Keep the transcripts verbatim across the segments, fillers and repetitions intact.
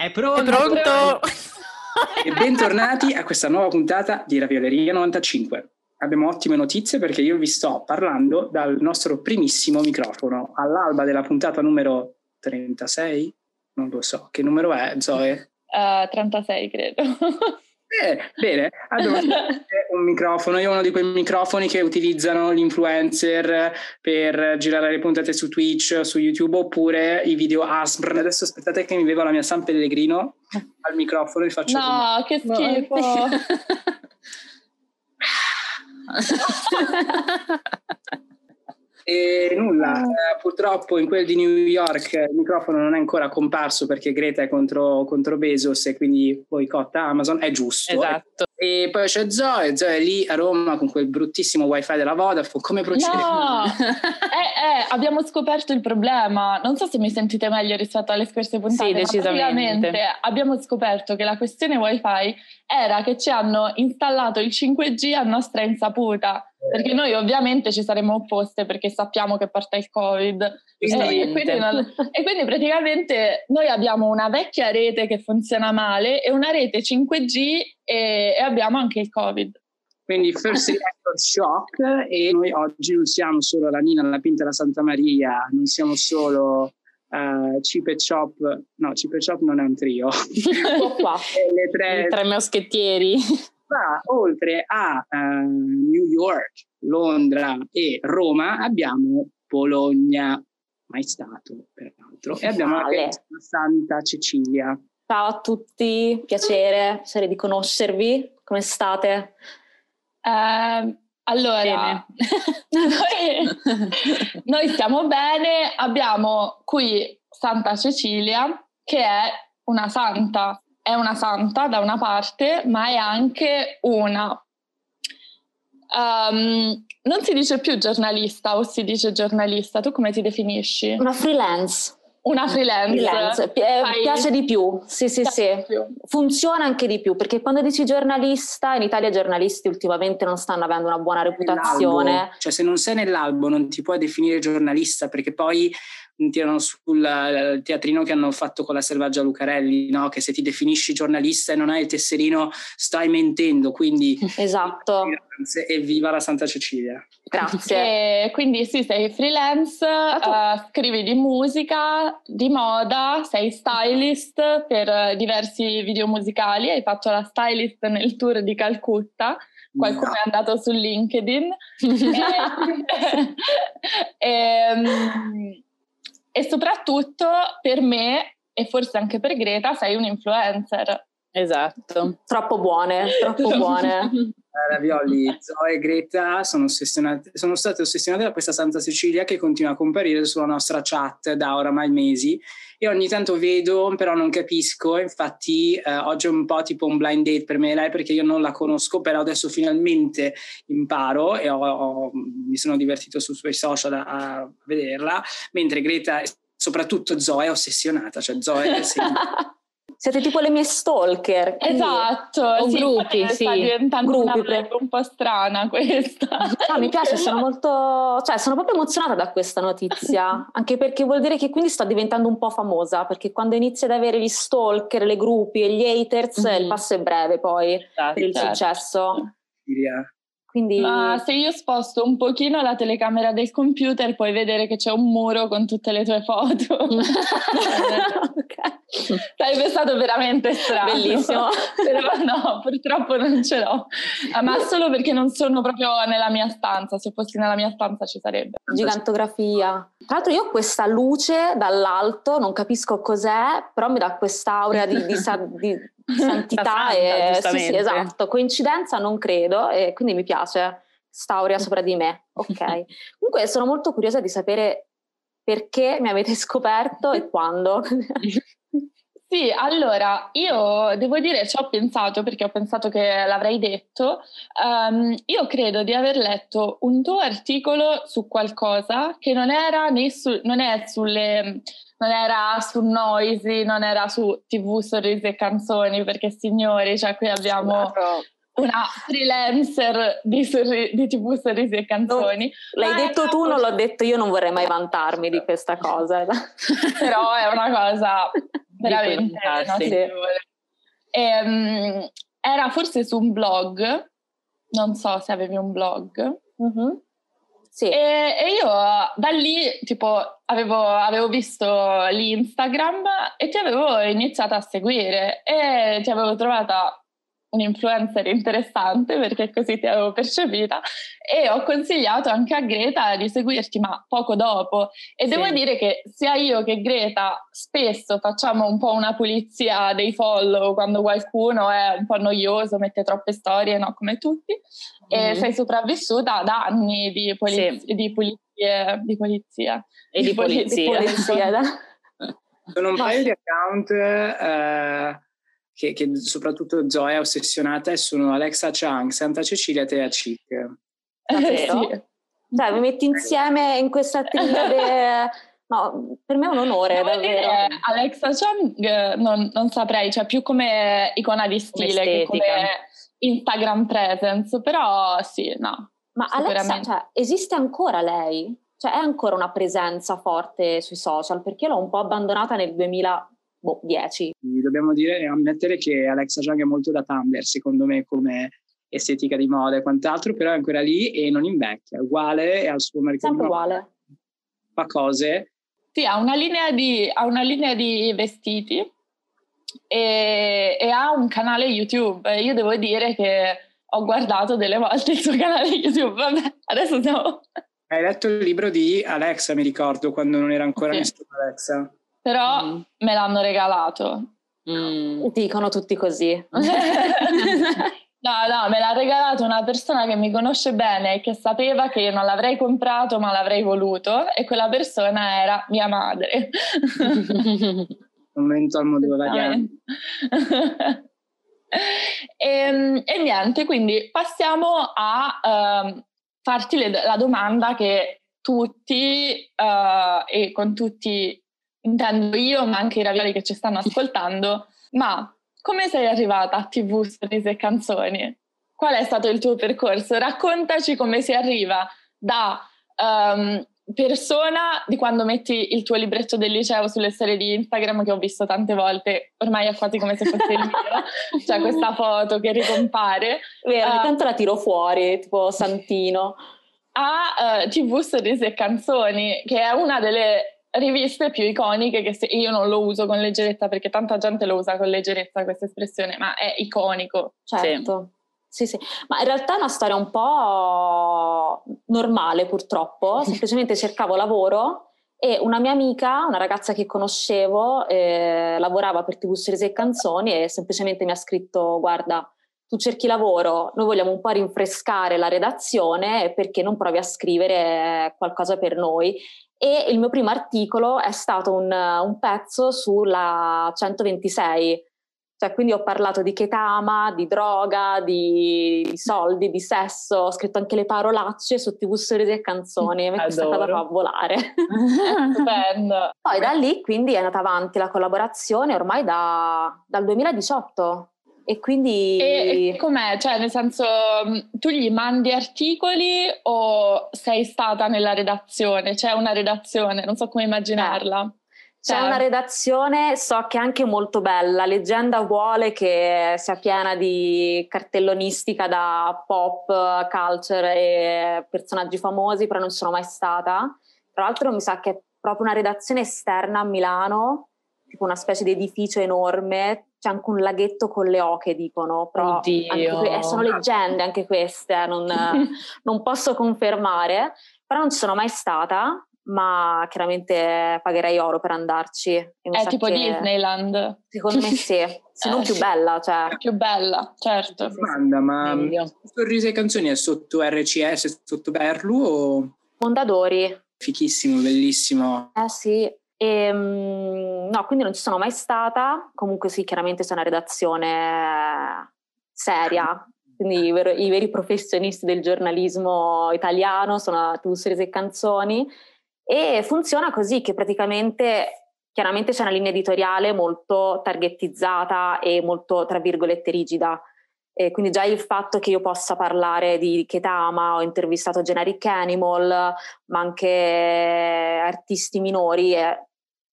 È pronto? È pronto? E bentornati a questa nuova puntata di Ravioleria novantacinque. Abbiamo ottime notizie perché io vi sto parlando dal nostro primissimo microfono all'alba della puntata numero trentasei? Non lo so, che numero è, Zoe? Uh, trentasei credo. Eh, bene, allora un microfono, io ho uno di quei microfoni che utilizzano gli influencer per girare le puntate su Twitch, su YouTube, oppure i video A S M R. Adesso aspettate che mi bevo la mia San Pellegrino al microfono e faccio no, che schifo. E nulla, eh, purtroppo in quel di New York il microfono non è ancora comparso perché Greta è contro, contro Bezos e quindi boicotta Amazon, è giusto. Esatto. E poi c'è Zoe, Zoe è lì a Roma con quel bruttissimo wifi della Vodafone, come procedere? No, eh, eh, abbiamo scoperto il problema, non so se mi sentite meglio rispetto alle scorse puntate. Sì, decisamente. Ma abbiamo scoperto che la questione wifi era che ci hanno installato il cinque G a nostra insaputa, perché noi ovviamente ci saremmo opposte perché sappiamo che porta il Covid e, e, quindi non, e quindi praticamente noi abbiamo una vecchia rete che funziona male e una rete cinque G e, e abbiamo anche il Covid. Quindi first reactor shock, e noi oggi non siamo solo la Nina, la Pinta e la Santa Maria, non siamo solo uh, Chip e Chop, no, Chip e Chop non è un trio. Qua. Le tre, I tre moschettieri. Ma oltre a uh, New York, Londra e Roma abbiamo Bologna, mai stato peraltro, e abbiamo vale. anche Santa Cecilia. Ciao a tutti, piacere, piacere di conoscervi, come state? Uh, allora, noi, noi stiamo bene, abbiamo qui Santa Cecilia che è una santa. È una santa da una parte, ma è anche una... Um, non si dice più giornalista o si dice giornalista? Tu come ti definisci? Una freelance. Una freelance. freelance. Pi- Fai... Piace di più, sì sì piace sì. Più. Funziona anche di più, perché quando dici giornalista, in Italia i giornalisti ultimamente non stanno avendo una buona reputazione. Nell'albo. Cioè se non sei nell'albo non ti puoi definire giornalista, perché poi tirano sul teatrino che hanno fatto con la Selvaggia Lucarelli, no? Che se ti definisci giornalista e non hai il tesserino stai mentendo, quindi esatto. E viva la Santa Cecilia. Grazie. E quindi sì, sei freelance, uh, scrivi di musica, di moda, sei stylist per diversi video musicali, hai fatto la stylist nel tour di Calcutta. Qualcuno no. È andato su LinkedIn e, e, e soprattutto per me e forse anche per Greta sei un influencer. Esatto. Troppo buone, troppo buone. Ravioli, Zoe e Greta sono, ossessionate, sono state ossessionate da questa Santa Cecilia che continua a comparire sulla nostra chat da oramai mesi e ogni tanto vedo, però non capisco, infatti eh, oggi è un po' tipo un blind date per me e lei perché io non la conosco, però adesso finalmente imparo e ho, ho, mi sono divertito sui suoi social a, a vederla, mentre Greta, soprattutto Zoe, è ossessionata, cioè Zoe è sempre... Siete tipo le mie stalker. Esatto, o sì, gruppi, sta sì. diventando gruppi, una pre- un po' strana questa. No, mi piace, sono molto, cioè sono proprio emozionata da questa notizia, anche perché vuol dire che quindi sto diventando un po' famosa, perché quando inizi ad avere gli stalker, le gruppi e gli haters, mm-hmm. il passo è breve poi esatto, per il certo. successo. Yeah. Quindi... Ma se io sposto un pochino la telecamera del computer puoi vedere che c'è un muro con tutte le tue foto. Okay. Sarebbe stato veramente strano. Bellissimo. Però no, purtroppo non ce l'ho. Ma solo perché non sono proprio nella mia stanza. Se fossi nella mia stanza ci sarebbe. Gigantografia. Tra l'altro io ho questa luce dall'alto, non capisco cos'è, però mi dà quest'aura di, di, sa- di santità. Santa, e sì, sì, esatto. Coincidenza non credo e quindi mi piace st'aurea sopra di me. Ok. Comunque sono molto curiosa di sapere perché mi avete scoperto e quando. Sì, allora io devo dire ci ho pensato perché ho pensato che l'avrei detto. Um, io credo di aver letto un tuo articolo su qualcosa che non era né su, non è sulle non era su Noisy, non era su tivù Sorrisi e Canzoni, perché signori, cioè qui abbiamo una freelancer di, sorri- di tivù Sorrisi e Canzoni. No, l'hai detto tu, non l'ho detto io, non vorrei mai vantarmi di questa cosa. Però è una cosa veramente notevole. E, um, era forse su un blog, non so se avevi un blog. Mm-hmm. Sì. E, e io da lì tipo avevo, avevo visto l'Instagram e ti avevo iniziato a seguire e ti avevo trovata un influencer interessante, perché così ti avevo percepita, e ho consigliato anche a Greta di seguirti, ma poco dopo. E sì. Devo dire che sia io che Greta spesso facciamo un po' una pulizia dei follow quando qualcuno è un po' noioso, mette troppe storie, no, come tutti. Mm-hmm. E sei sopravvissuta ad anni di, poliz- sì. di pulizie di polizia e di, di polizia, polizia da... sono un no. paio di account eh, che, che soprattutto Zoe è ossessionata, e sono Alexa Chung, Santa Cecilia e Tea Chic. Davvero? Sì. Dai, vi metti insieme in questa triade. No, per me è un onore. Devo davvero. Dire, Alexa Chung non, non saprei, cioè più come icona di stile come che come Instagram presence, però sì, no. Ma Alexa, cioè, esiste ancora lei? Cioè è ancora una presenza forte sui social? Perché l'ho un po' abbandonata nel duemiladieci. Dobbiamo dire, ammettere che Alexa Chung è molto da Tumblr, secondo me, come estetica di moda e quant'altro, però è ancora lì e non invecchia, è uguale, è al suo mercato. Sempre uguale. Fa cose. Sì, ha una linea di, ha una linea di vestiti e, e ha un canale YouTube. Io devo dire che ho guardato delle volte il suo canale YouTube. Vabbè, adesso siamo... Hai letto il libro di Alexa, mi ricordo, quando non era ancora sì. nessuno Alexa. Però mm. me l'hanno regalato. Mm. Dicono tutti così. No, no, me l'ha regalato una persona che mi conosce bene e che sapeva che io non l'avrei comprato ma l'avrei voluto, e quella persona era mia madre. Momento al modo variante. e, e niente, quindi passiamo a uh, farti le, la domanda che tutti, uh, e con tutti intendo io ma anche i ravioli che ci stanno ascoltando, ma come sei arrivata a T V, Sorrisi e Canzoni? Qual è stato il tuo percorso? Raccontaci come si arriva da um, persona di quando metti il tuo libretto del liceo sulle storie di Instagram, che ho visto tante volte, ormai è quasi come se fosse il mio, cioè questa foto che ricompare. Vero, ogni uh, tanto la tiro fuori, tipo Santino. A uh, T V, Sorrisi e Canzoni, che è una delle riviste più iconiche, che se, io non lo uso con leggerezza perché tanta gente lo usa con leggerezza questa espressione, ma è iconico. Certo, sì, sì, sì. Ma in realtà è una storia un po' normale purtroppo, semplicemente cercavo lavoro e una mia amica, una ragazza che conoscevo, eh, lavorava per T V, Sorrisi e Canzoni e semplicemente mi ha scritto: guarda, tu cerchi lavoro, noi vogliamo un po' rinfrescare la redazione, perché non provi a scrivere qualcosa per noi? E il mio primo articolo è stato un, un pezzo sulla centoventisei, cioè quindi ho parlato di ketama, di droga, di, di soldi, di sesso, ho scritto anche le parolacce su T V, Sorrisi e Canzoni, e mi questa cosa fa volare. Stupendo. Poi da lì quindi è andata avanti la collaborazione ormai da, dal duemiladiciotto. E quindi... E, e com'è? Cioè, nel senso, tu gli mandi articoli o sei stata nella redazione? C'è una redazione, non so come immaginarla. C'è cioè... una redazione, so che è anche molto bella. La leggenda vuole che sia piena di cartellonistica da pop, culture e personaggi famosi, però non ci sono mai stata. Tra l'altro mi sa che è proprio una redazione esterna a Milano, tipo una specie di edificio enorme. C'è anche un laghetto con le oche, dicono, però anche que- sono leggende anche queste, eh, non, non posso confermare, però non ci sono mai stata, ma chiaramente pagherei oro per andarci. E è tipo Disneyland? Secondo me sì, se non più bella. Cioè. Più bella, certo. Domanda, ma Sorrisi e Canzoni è sotto R C S, sotto Berlu o? Mondadori. Fichissimo, bellissimo. Eh sì. E, no, quindi non ci sono mai stata. Comunque sì, chiaramente c'è una redazione seria, quindi i, ver- i veri professionisti del giornalismo italiano sono T V, Sorrisi e Canzoni, e funziona così, che praticamente chiaramente c'è una linea editoriale molto targettizzata e molto, tra virgolette, rigida. E quindi già il fatto che io possa parlare di ketama, ho intervistato Generic Animal, ma anche artisti minori, è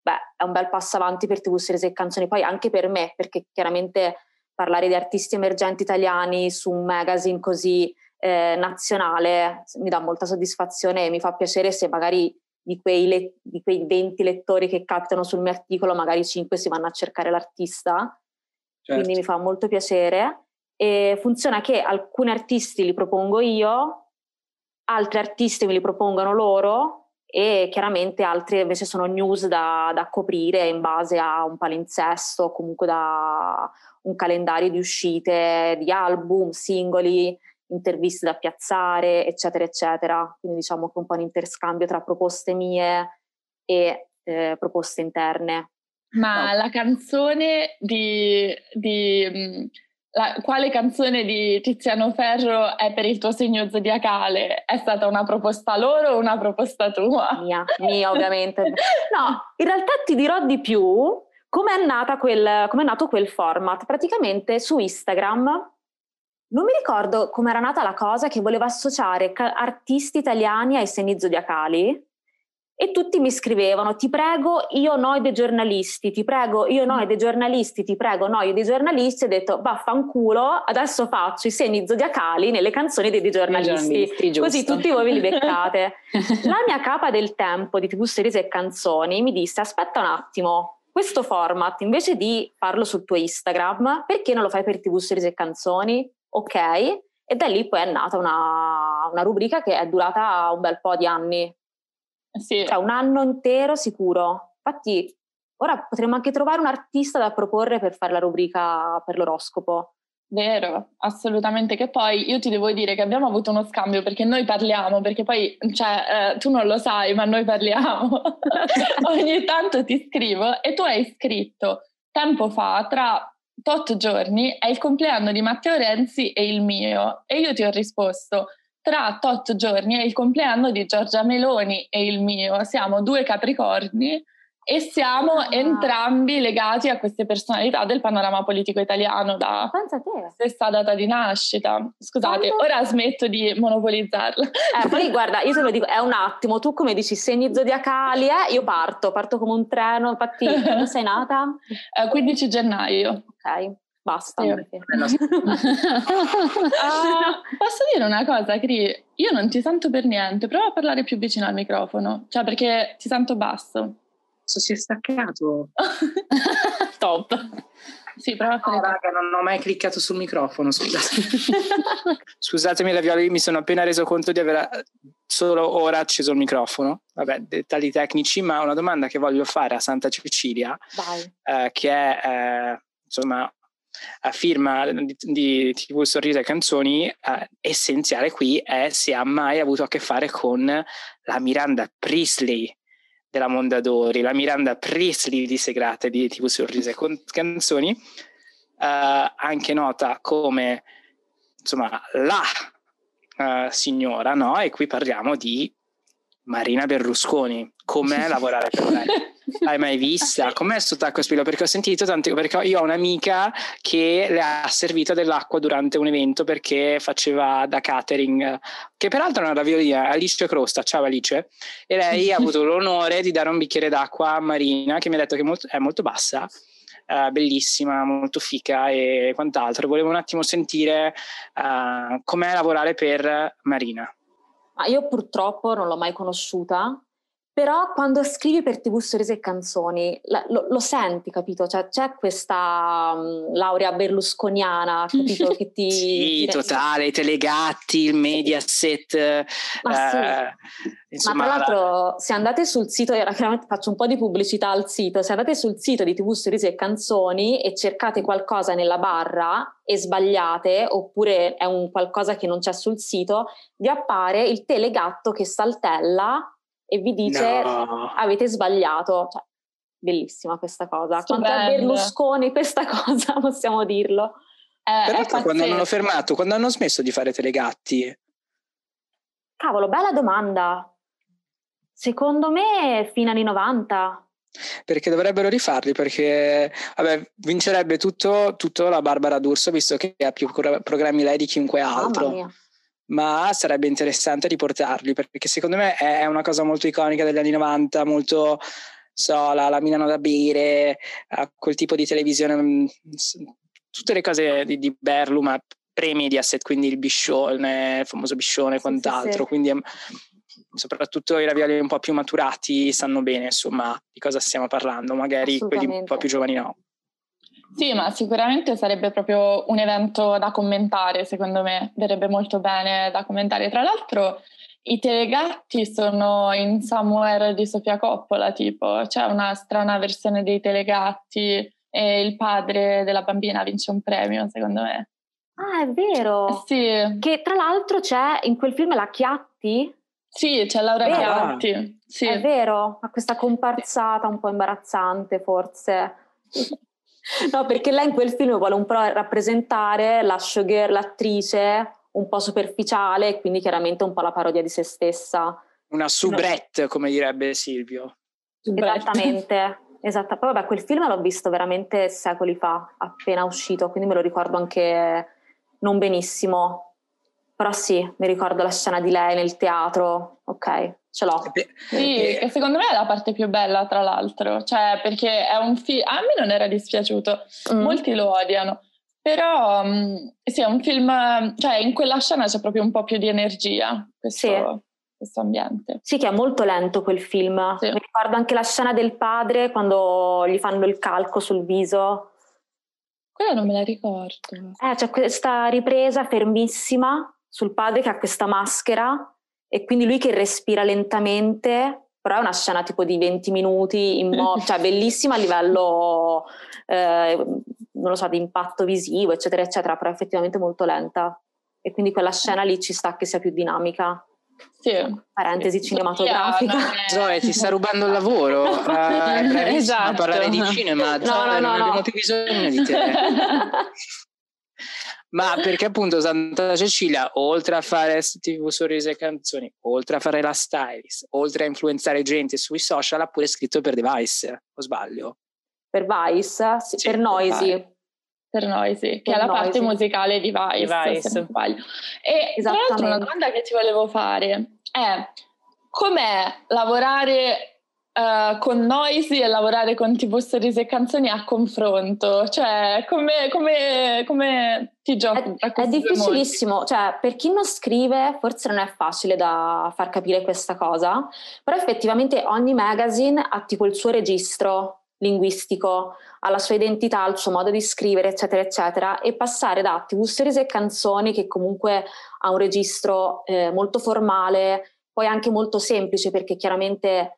beh, è un bel passo avanti per tivù Series e Canzoni, poi anche per me, perché chiaramente parlare di artisti emergenti italiani su un magazine così eh, nazionale mi dà molta soddisfazione e mi fa piacere se magari di quei, le- di quei venti lettori che capitano sul mio articolo magari cinque si vanno a cercare l'artista, Certo. quindi mi fa molto piacere. E funziona che alcuni artisti li propongo io, altri artisti me li propongono loro e chiaramente altri invece sono news da, da coprire in base a un palinsesto, comunque da un calendario di uscite di album, singoli, interviste da piazzare, eccetera, eccetera. Quindi diciamo che è un po' un interscambio tra proposte mie e eh, proposte interne. Ma No. la canzone di, di mh, la, quale canzone di Tiziano Ferro è per il tuo segno zodiacale? È stata una proposta loro o una proposta tua? Mia, mia ovviamente. No, in realtà ti dirò di più come è nata quel, come è nato quel format. Praticamente su Instagram, non mi ricordo come era nata la cosa, che voleva associare ca- artisti italiani ai segni zodiacali e tutti mi scrivevano: ti prego, io no dei giornalisti, ti prego, io no dei giornalisti, ti prego, no dei giornalisti. Ho detto vaffanculo, adesso faccio i segni zodiacali nelle canzoni dei giornalisti, giornalisti, così giusto. tutti voi ve li beccate. La mia capa del tempo di tivù Series e Canzoni mi disse: aspetta un attimo, questo format invece di farlo sul tuo Instagram, perché non lo fai per tivù Series e Canzoni? Ok, e da lì poi è nata una, una rubrica che è durata un bel po' di anni, Sì. cioè un anno intero sicuro. Infatti ora potremmo anche trovare un artista da proporre per fare la rubrica per l'oroscopo. Vero, assolutamente, che poi io ti devo dire che abbiamo avuto uno scambio perché noi parliamo, perché poi cioè, eh, tu non lo sai ma noi parliamo, ogni tanto ti scrivo e tu hai scritto tempo fa, tra tot giorni è il compleanno di Matteo Renzi e il mio, e io ti ho risposto tra tot giorni è il compleanno di Giorgia Meloni e il mio, siamo due capricorni e siamo Ah. entrambi legati a queste personalità del panorama politico italiano da Pensa a te. stessa data di nascita. Scusate, Quando- ora smetto di monopolizzarla. Eh, poi guarda, io te lo dico, è un attimo, tu come dici segni zodiacali, eh? Io parto, parto come un treno. Infatti, quando sei nata? Eh, quindici gennaio. Ok, basta. Sì. perché- Ah, posso dire una cosa, Cri? Io non ti sento per niente, prova a parlare più vicino al microfono, cioè perché ti sento basso. So, si è staccato. Top. Sì, prova a fare No, raga, non ho mai cliccato sul microfono, scusate. Scusatemi Ravioli, mi sono appena reso conto di aver solo ora acceso il microfono. Vabbè, dettagli tecnici, ma una domanda che voglio fare a Santa Cecilia, Vai. eh, che è eh, insomma a firma di, di tivù Sorrisi e Canzoni, eh, essenziale qui è se ha mai avuto a che fare con la Miranda Priestly della Mondadori, la Miranda Priestly di Segrate di tivù Sorrisi e Canzoni, eh, anche nota come insomma la uh, signora, no? E qui parliamo di Marina Berlusconi. Com'è lavorare per lei? L'hai mai vista? Com'è sto tacco spillo? Perché ho sentito tanti, perché io ho un'amica che le ha servito dell'acqua durante un evento perché faceva da catering, che peraltro è una raviolina, Alice Crosta. Ciao Alice. E lei ha avuto l'onore di dare un bicchiere d'acqua a Marina, che mi ha detto che molto, è molto bassa, uh, bellissima, molto fica e quant'altro. Volevo un attimo sentire uh, com'è lavorare per Marina. Ma io purtroppo non l'ho mai conosciuta, però quando scrivi per tivù Sorrisi e Canzoni la, lo, lo senti, capito? Cioè, c'è questa um, laurea berlusconiana, capito? Che ti, sì, ti... totale, i Telegatti, il Mediaset. Ma sì. Eh, insomma, ma tra l'altro se andate sul sito, chiaramente faccio un po' di pubblicità al sito, se andate sul sito di tivù Sorrisi e Canzoni e cercate qualcosa nella barra e sbagliate, oppure è un qualcosa che non c'è sul sito, vi appare il telegatto che saltella e vi dice no. avete sbagliato. Cioè, bellissima questa cosa. Stupendo. Quanto a Berlusconi questa cosa, possiamo dirlo. Eh, Però è quando hanno pazzesco. fermato, quando hanno smesso di fare Telegatti? Cavolo, bella domanda. Secondo me fino agli anni novanta. Perché dovrebbero rifarli, perché vabbè, vincerebbe tutto, tutto la Barbara D'Urso, visto che ha più programmi lei di chiunque altro. Mamma mia. Ma sarebbe interessante riportarli, perché secondo me è una cosa molto iconica degli anni novanta, molto so, la, la mi danno da bere, a quel tipo di televisione, tutte le cose di, di Berlu, ma pre-Mediaset, quindi il biscione, il famoso biscione e quant'altro, sì, sì. Quindi um, soprattutto i ravioli un po' più maturati sanno bene, insomma, di cosa stiamo parlando, magari quelli un po' più giovani no. Sì, ma sicuramente sarebbe proprio un evento da commentare, secondo me, verrebbe molto bene da commentare. Tra l'altro i Telegatti sono in Somewhere di Sofia Coppola, tipo, c'è una strana versione dei Telegatti e il padre della bambina vince un premio, secondo me. Ah, è vero! Sì. Che tra l'altro c'è in quel film la Chiatti? Sì, c'è Laura vero? Chiatti. Sì. È vero, ha questa comparsata un po' imbarazzante forse. No, perché lei in quel film vuole un po' rappresentare la showgirl, l'attrice un po' superficiale, quindi chiaramente un po' la parodia di se stessa. Una soubrette, come direbbe Silvio. Esattamente. Esatto, poi vabbè, quel film l'ho visto veramente secoli fa, appena uscito, quindi me lo ricordo anche non benissimo, però sì, mi ricordo la scena di lei nel teatro, ok, ce l'ho. Sì, che secondo me è la parte più bella, tra l'altro, cioè perché è un film, a me non era dispiaciuto, mm. molti lo odiano, però um, sì, è un film, cioè in quella scena c'è proprio un po' più di energia, questo... Sì. questo ambiente. Sì, che è molto lento quel film. Sì. Mi ricordo anche la scena del padre quando gli fanno il calco sul viso. Quella non me la ricordo. Eh, c'è questa ripresa fermissima sul padre che ha questa maschera e quindi lui che respira lentamente, però è una scena tipo di venti minuti, immo- cioè bellissima a livello, eh, non lo so, di impatto visivo, eccetera, eccetera, però effettivamente molto lenta. E quindi quella scena lì ci sta che sia più dinamica. Sì. Parentesi sì. cinematografica. È... Zoe ti sta rubando il lavoro, uh, è bravissima esatto. a parlare di cinema. No, Zoe, no, no, non no. abbiamo più bisogno di te. Ma perché appunto Santa Cecilia, oltre a fare tivù Sorrisi e Canzoni, oltre a fare la stylist, oltre a influenzare gente sui social, ha pure scritto per Device, o sbaglio? Per Vice? Sì, sì, per Noisy. Per Noisy, che per è la Noisy. parte musicale di Vice, Vice. se non sbaglio. E tra l'altro una domanda che ti volevo fare è: com'è lavorare uh, con Noisy e lavorare con tivù Sorrisi e Canzoni a confronto? Cioè, come, come, come ti giochi? È, è difficilissimo, cioè per chi non scrive forse non è facile da far capire questa cosa, però effettivamente ogni magazine ha tipo il suo registro linguistico, ha la sua identità, il suo modo di scrivere, eccetera, eccetera, e passare da tivù Sorrisi e Canzoni, che comunque ha un registro eh, molto formale, poi anche molto semplice, perché chiaramente,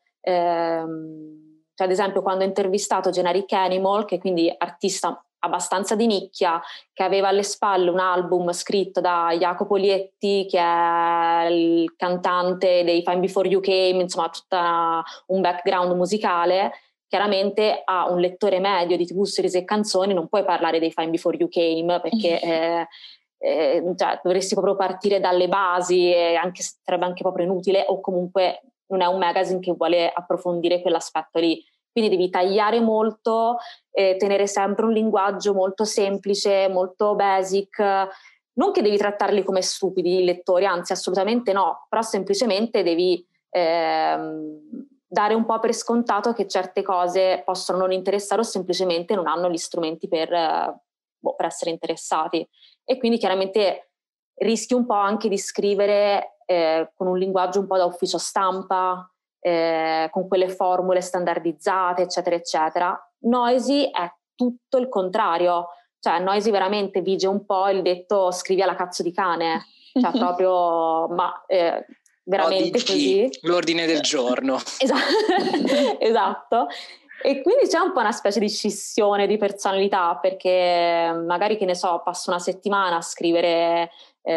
ehm, cioè ad esempio quando ho intervistato Generic Animal, che quindi artista abbastanza di nicchia, che aveva alle spalle un album scritto da Jacopo Lietti, che è il cantante dei Fine Before You Came, insomma tutta un background musicale, chiaramente a un lettore medio di tivù Sorrisi e Canzoni non puoi parlare dei Fine Before You Came, perché eh, eh, cioè, dovresti proprio partire dalle basi e anche, sarebbe anche proprio inutile, o comunque non è un magazine che vuole approfondire quell'aspetto lì. Quindi devi tagliare molto, eh, tenere sempre un linguaggio molto semplice, molto basic. Non che devi trattarli come stupidi i lettori, anzi assolutamente no, però semplicemente devi ehm, dare un po' per scontato che certe cose possono non interessare o semplicemente non hanno gli strumenti per, eh, boh, per essere interessati. E quindi chiaramente rischi un po' anche di scrivere eh, con un linguaggio un po' da ufficio stampa, eh, con quelle formule standardizzate, eccetera, eccetera. Noisy è tutto il contrario, cioè Noisy veramente vige un po' il detto scrivi alla cazzo di cane, cioè proprio, ma eh, veramente O D G, così. L'ordine del giorno. Esatto. Esatto. E quindi c'è un po' una specie di scissione di personalità, perché magari, che ne so, passo una settimana a scrivere eh,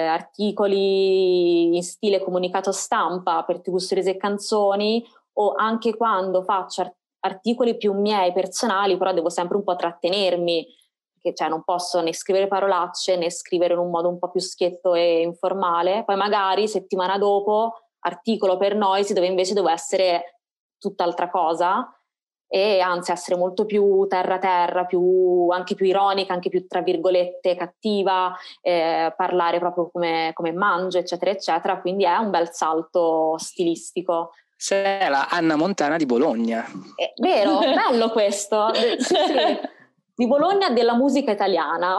articoli in stile comunicato stampa per tivù Sorrisi e Canzoni, o anche quando faccio art- articoli più miei personali, però devo sempre un po' trattenermi, perché cioè, non posso né scrivere parolacce né scrivere in un modo un po' più schietto e informale. Poi magari settimana dopo articolo per Noisy dove invece devo essere tutt'altra cosa, e anzi essere molto più terra terra, più, anche più ironica, anche più tra virgolette cattiva, eh, parlare proprio come, come mangio, eccetera, eccetera. Quindi è un bel salto stilistico. Sei la Anna Montana di Bologna. È vero, bello questo. Sì, sì. Di Bologna della musica italiana.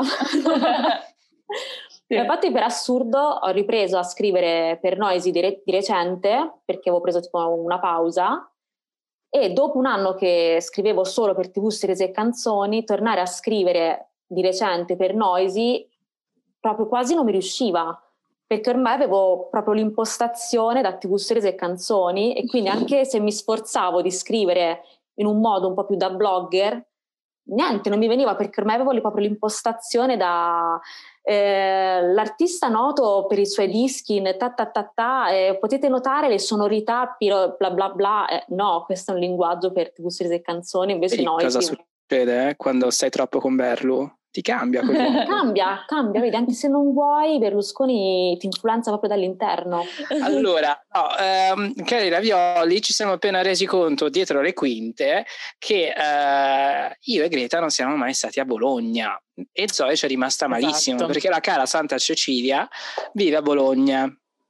Sì. Infatti per assurdo ho ripreso a scrivere per Noisy di, re- di recente, perché avevo preso tipo una pausa, e dopo un anno che scrivevo solo per tivù, series e canzoni, tornare a scrivere di recente per Noisy proprio quasi non mi riusciva, perché ormai avevo proprio l'impostazione da tivù, series e canzoni, e quindi anche se mi sforzavo di scrivere in un modo un po' più da blogger, niente, non mi veniva, perché ormai avevo proprio l'impostazione da eh, l'artista noto per i suoi dischi in ta ta ta ta, eh, potete notare le sonorità bla bla bla, eh, no, questo è un linguaggio per tivù, series e canzoni, invece Vedi no. Cosa succede eh, quando stai troppo con Berlu? Ti cambia quel cambia, cambia, vedi, anche se non vuoi Berlusconi ti influenza proprio dall'interno. Allora, no, ehm, cari Ravioli, ci siamo appena resi conto dietro le quinte che eh, io e Greta non siamo mai stati a Bologna, e Zoe ci è rimasta malissimo, esatto, perché la cara Santa Cecilia vive a Bologna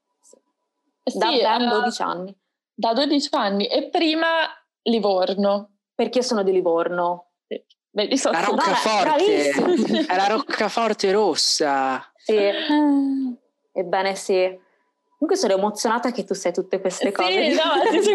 da sì, ben uh, dodici anni. Da dodici anni, e prima Livorno. Perché io sono di Livorno. Vedi, so la roccaforte, è la roccaforte rossa. Sì, ebbene sì. Comunque sono emozionata che tu sai tutte queste sì, cose. No, sì, sì.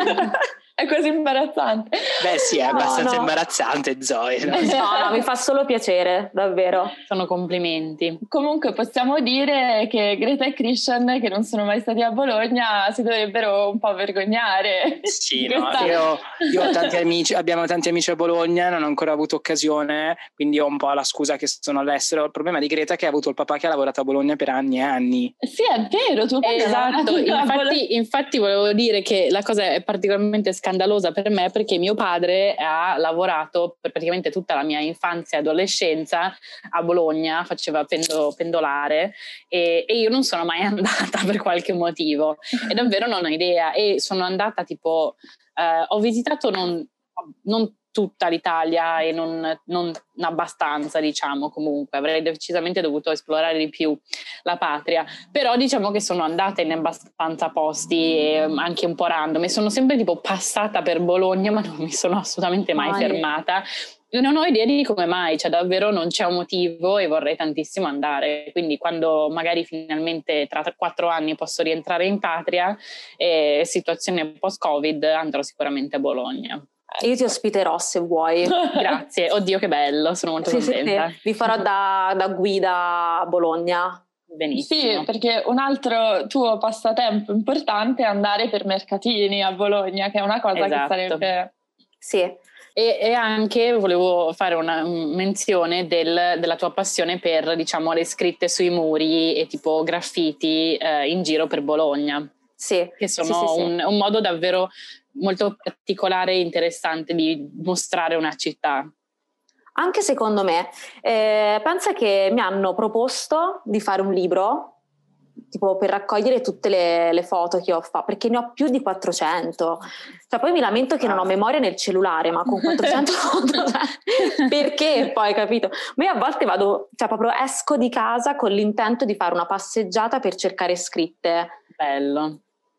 È così imbarazzante. Beh sì, è no, abbastanza no. imbarazzante, Zoe. No? no, no, mi fa solo piacere, davvero. Sono complimenti. Comunque possiamo dire che Greta e Christian, che non sono mai stati a Bologna, si dovrebbero un po' vergognare. Sì, no, io, io ho tanti amici, abbiamo tanti amici a Bologna, non ho ancora avuto occasione, quindi ho un po' la scusa che sono all'estero. Il problema di Greta è che ha avuto il papà che ha lavorato a Bologna per anni e anni. Sì, è vero, tu esatto. Infatti, infatti volevo dire che la cosa è particolarmente scandalosa per me, perché mio padre ha lavorato per praticamente tutta la mia infanzia e adolescenza a Bologna, faceva pendo, pendolare e, e io non sono mai andata per qualche motivo e davvero non ho idea, e sono andata tipo eh, ho visitato non, non tutta l'Italia e non, non abbastanza, diciamo, comunque avrei decisamente dovuto esplorare di più la patria, però diciamo che sono andata in abbastanza posti e anche un po' random, e sono sempre tipo passata per Bologna, ma non mi sono assolutamente mai ah, fermata e non ho idea di come mai, cioè davvero non c'è un motivo e vorrei tantissimo andare, quindi quando magari finalmente tra quattro anni posso rientrare in patria e situazione post-Covid andrò sicuramente a Bologna. Io ti ospiterò se vuoi. Grazie, oddio che bello, sono molto sì, contenta. Sì, sì. Vi farò da, da guida a Bologna. Sì, Benissimo. perché un altro tuo passatempo importante è andare per mercatini a Bologna, che è una cosa esatto. che sarebbe... Sì. E, e anche volevo fare una menzione del, della tua passione per, diciamo, le scritte sui muri e tipo graffiti eh, in giro per Bologna. Sì. Che sono sì, sì, sì. Un, un modo davvero molto particolare e interessante di mostrare una città. Anche secondo me. Eh, pensa che mi hanno proposto di fare un libro tipo per raccogliere tutte le, le foto che ho fatto, perché ne ho più di quattrocento, cioè poi mi lamento che non ho memoria nel cellulare, ma con quattrocento foto, cioè, perché poi, capito? Ma io a volte vado, cioè proprio esco di casa con l'intento di fare una passeggiata per cercare scritte. Bello.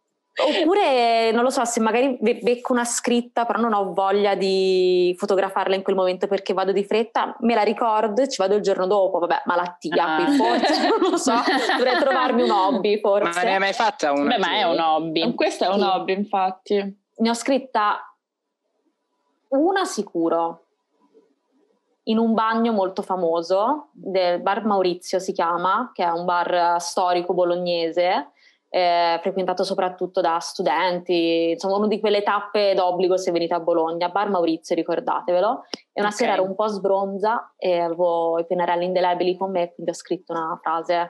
Oppure non lo so, se magari becco una scritta però non ho voglia di fotografarla in quel momento perché vado di fretta, me la ricordo e ci vado il giorno dopo. Vabbè, malattia ah. qui forse, non lo so, dovrei trovarmi un hobby forse. Ma ne hai mai fatta una? Beh, ma è un hobby. Questo è un sì. hobby, infatti. Ne ho scritta una sicuro in un bagno molto famoso del bar Maurizio, si chiama, che è un bar storico bolognese, Eh, frequentato soprattutto da studenti, insomma una di quelle tappe d'obbligo se venite a Bologna, bar Maurizio, ricordatevelo. E una okay. sera ero un po' sbronza e avevo i pennarelli indelebili con me, quindi ho scritto una frase.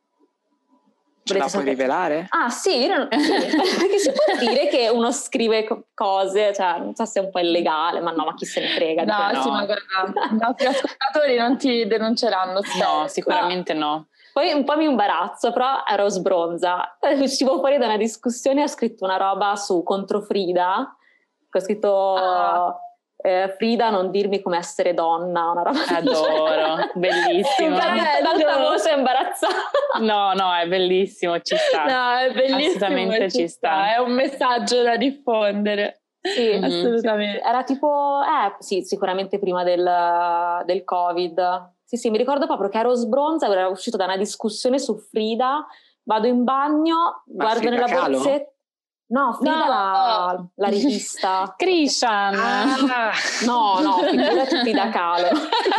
Ce la puoi rivelare? Ah sì, non... sì. Perché si può dire che uno scrive cose, cioè non so se è un po' illegale, ma no, ma chi se ne frega. No, no. Sì, ma guarda, i nostri ascoltatori non ti denunceranno. No, sicuramente no. no. Poi un po' mi imbarazzo, però ero sbronza. Uscivo fuori da una discussione e ho scritto una roba su contro Frida, ho scritto ah. eh, Frida, non dirmi come essere donna, una roba adoro, bellissimo. L'alta voce imbarazzata. No, no, è bellissimo, ci sta. No, è bellissimo, assolutamente ci, ci sta. sta. È un messaggio da diffondere. Sì, mm-hmm. assolutamente. Era tipo, eh sì, sicuramente prima del, del Covid. Sì, sì, mi ricordo proprio che ero sbronza, era uscito da una discussione su Frida, vado in bagno, Ma guardo Frida nella Kahlo? borsetta. No, Frida no. La, la rivista. Krishan. Ah. No, no, figurati Frida Kahlo.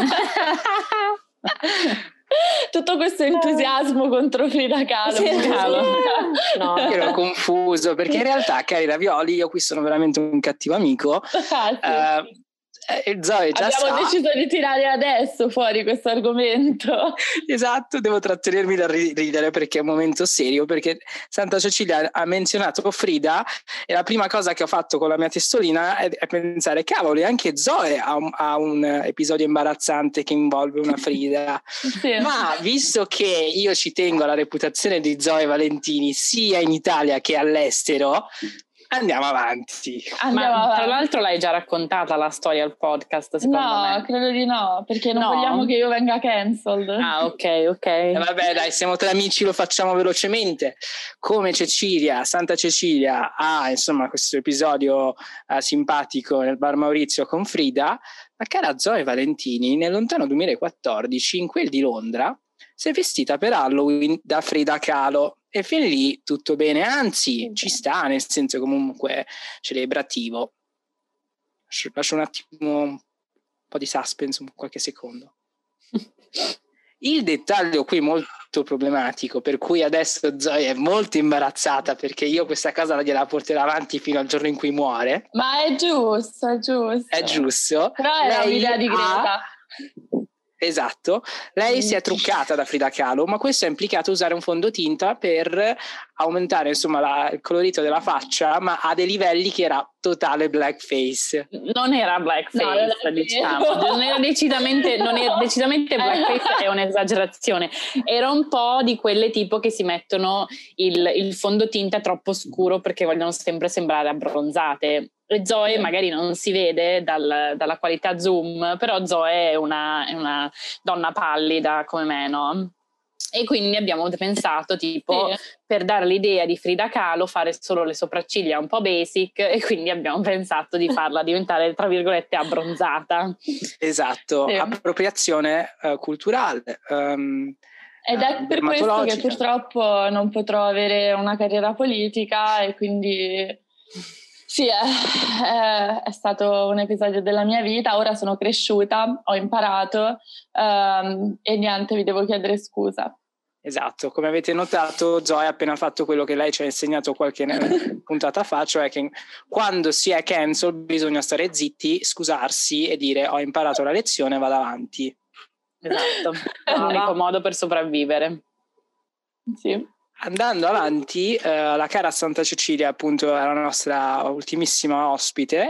Tutto questo entusiasmo contro Frida Kahlo. Sì, Kahlo. No, io ero confuso perché in realtà, cari Ravioli, io qui sono veramente un cattivo amico. Ah, sì. uh, Eh, Zoe già abbiamo sa. deciso di tirare adesso fuori questo argomento. Esatto, devo trattenermi dal ridere perché è un momento serio, perché Santa Cecilia ha menzionato Frida e la prima cosa che ho fatto con la mia testolina è, è pensare, cavoli, anche Zoe ha un, ha un episodio imbarazzante che involve una Frida. Sì. Ma visto che io ci tengo alla reputazione di Zoe Valentini sia in Italia che all'estero, Andiamo avanti. Andiamo Ma avanti. Tra l'altro l'hai già raccontata la storia al podcast, secondo no, me. No, credo di no, perché non no. vogliamo che io venga cancelled. Ah, ok, ok. Eh, vabbè, dai, siamo tre amici, lo facciamo velocemente. Come Cecilia, Santa Cecilia ha, insomma, questo episodio uh, simpatico nel bar Maurizio con Frida, la cara Zoe Valentini, nel lontano duemilaquattordici, in quel di Londra, si è vestita per Halloween da Frida Kahlo. E fin lì tutto bene, anzi ci sta, nel senso comunque celebrativo. Lascio, lascio un attimo un po' di suspense, un qualche secondo. Il dettaglio qui molto problematico, per cui adesso Zoe è molto imbarazzata, perché io questa cosa gliela porterò avanti fino al giorno in cui muore. Ma è giusto, è giusto. È giusto. Però era un'idea di Greta. Ha... Esatto, lei si è truccata da Frida Kahlo, ma questo ha implicato usare un fondotinta per aumentare insomma la, il colorito della faccia, ma a dei livelli che era totale blackface. Non era blackface, no, diciamo, non era decisamente, non era decisamente blackface, è un'esagerazione. Era un po' di quelle tipo che si mettono il, il fondotinta troppo scuro perché vogliono sempre sembrare abbronzate. E Zoe magari non si vede dal, dalla qualità zoom, però Zoe è una, è una donna pallida come me, no? E quindi abbiamo pensato tipo sì. per dare l'idea di Frida Kahlo fare solo le sopracciglia un po' basic, e quindi abbiamo pensato di farla diventare tra virgolette abbronzata. Esatto, sì. Appropriazione uh, culturale. Um, Ed è uh, per questo che purtroppo non potrò avere una carriera politica, e quindi... Sì, è, è, è stato un episodio della mia vita. Ora sono cresciuta, ho imparato um, e niente, vi devo chiedere scusa. Esatto, come avete notato Zoe ha appena fatto quello che lei ci ha insegnato qualche puntata fa, cioè che quando si è cancel bisogna stare zitti, scusarsi e dire ho imparato la lezione, vado avanti. Esatto, è l'unico modo per sopravvivere. Sì. Andando avanti, eh, la cara Santa Cecilia appunto è la nostra ultimissima ospite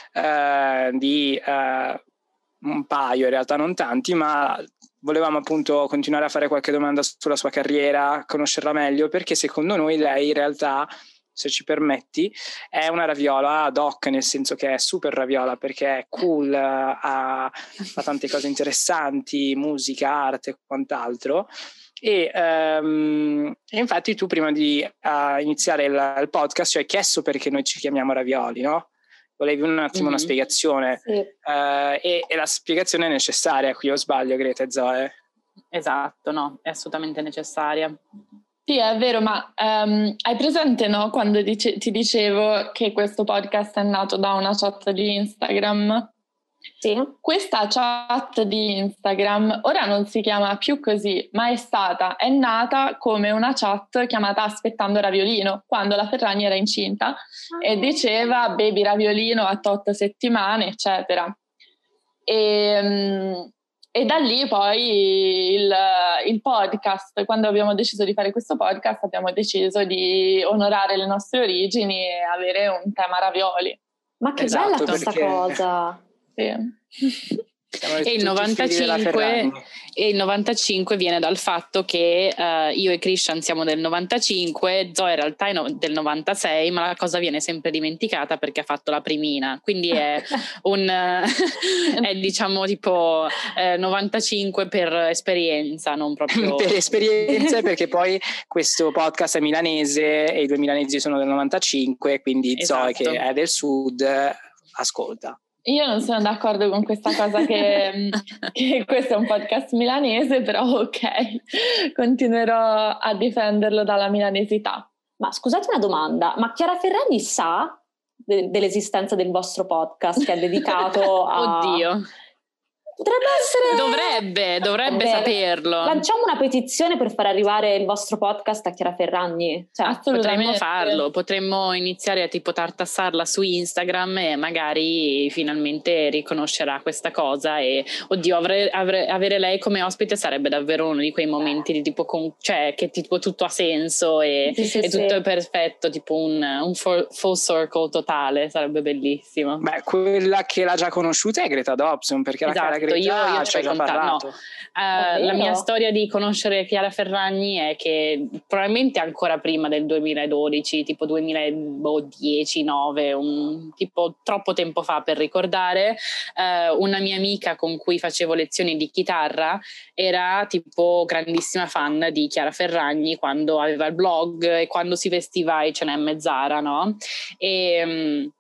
eh, di eh, un paio, in realtà non tanti, ma volevamo appunto continuare a fare qualche domanda sulla sua carriera, conoscerla meglio, perché secondo noi lei in realtà, se ci permetti, è una raviola ad hoc, nel senso che è super raviola perché è cool, ha, fa tante cose interessanti, musica, arte e quant'altro. E, um, e infatti tu prima di uh, iniziare il, il podcast ci hai chiesto perché noi ci chiamiamo Ravioli, no? Volevi un attimo mm-hmm. una spiegazione sì. uh, e, e la spiegazione è necessaria, qui o sbaglio Greta e Zoe? Esatto, no, è assolutamente necessaria. Sì, è vero, ma um, hai presente, no, quando dice, ti dicevo che questo podcast è nato da una chat di Instagram? Sì. Questa chat di Instagram ora non si chiama più così, ma è stata, è nata come una chat chiamata Aspettando Raviolino, quando la Ferragni era incinta ah. e diceva baby raviolino a tot settimane, eccetera. E, e da lì poi il, il podcast, quando abbiamo deciso di fare questo podcast, abbiamo deciso di onorare le nostre origini e avere un tema ravioli. Ma che esatto, bella questa perché... cosa! Sì. E il, novantacinque, e il novantacinque viene dal fatto che uh, io e Christian siamo del novantacinque, Zoe in realtà è no, del novantasei, ma la cosa viene sempre dimenticata perché ha fatto la primina, quindi è un uh, è diciamo tipo eh, novantacinque per esperienza, non proprio per esperienza, perché poi questo podcast è milanese e i due milanesi sono del novantacinque, quindi esatto. Zoe che è del sud ascolta. Io non sono d'accordo con questa cosa che, che questo è un podcast milanese, però ok, continuerò a difenderlo dalla milanesità. Ma scusate una domanda, ma Chiara Ferragni sa de- dell'esistenza del vostro podcast che è dedicato a... Oddio. Potrebbe essere... Dovrebbe, dovrebbe Beh, saperlo. Lanciamo una petizione per far arrivare il vostro podcast a Chiara Ferragni. Cioè, potremmo farlo, potremmo iniziare a tipo tartassarla su Instagram e magari finalmente riconoscerà questa cosa e oddio, avre, avre, avere lei come ospite sarebbe davvero uno di quei momenti di tipo con, cioè che tipo tutto ha senso e, sì, sì, e tutto sì. È perfetto, tipo un, un full, full circle totale, sarebbe bellissimo. Beh, quella che l'ha già conosciuta è Greta Dobson, perché esatto. la cara Greta Io, io ci ho già parlato. No. Uh, la mia storia di conoscere Chiara Ferragni è che probabilmente ancora prima del duemiladodici, tipo duemiladieci nove, un, tipo troppo tempo fa per ricordare, uh, una mia amica con cui facevo lezioni di chitarra era tipo grandissima fan di Chiara Ferragni quando aveva il blog e quando si vestiva a acca e emme Zara, no? E um,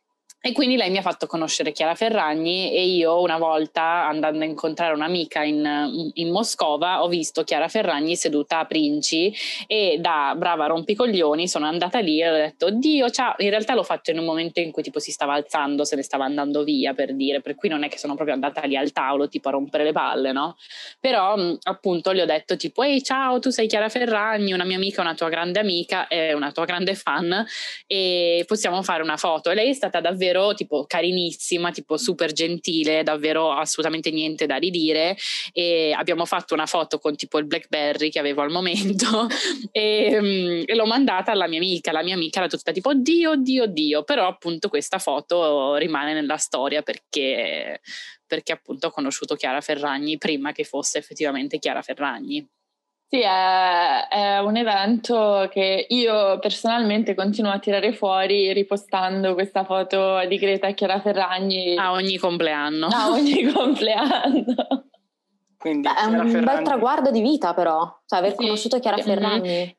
E quindi lei mi ha fatto conoscere Chiara Ferragni e io una volta andando a incontrare un'amica in, in Moscova ho visto Chiara Ferragni seduta a Princi e da brava rompicoglioni sono andata lì e ho detto oddio ciao, in realtà l'ho fatto in un momento in cui tipo si stava alzando, se ne stava andando via per dire, per cui non è che sono proprio andata lì al tavolo tipo a rompere le palle, no? Però appunto le ho detto tipo ehi ciao, tu sei Chiara Ferragni, una mia amica, una tua grande amica e una tua grande fan e possiamo fare una foto e lei è stata davvero tipo carinissima, tipo super gentile, davvero assolutamente niente da ridire e abbiamo fatto una foto con tipo il BlackBerry che avevo al momento e, um, e l'ho mandata alla mia amica, la mia amica era tutta tipo oddio oddio oddio, però appunto questa foto rimane nella storia perché, perché appunto ho conosciuto Chiara Ferragni prima che fosse effettivamente Chiara Ferragni. Sì, è, è un evento che io personalmente continuo a tirare fuori ripostando questa foto di Greta e Chiara Ferragni a ogni compleanno. A ogni compleanno. Quindi Beh, è un Ferragni. Bel traguardo di vita però, cioè aver sì. conosciuto Chiara Ferragni. Mm-hmm.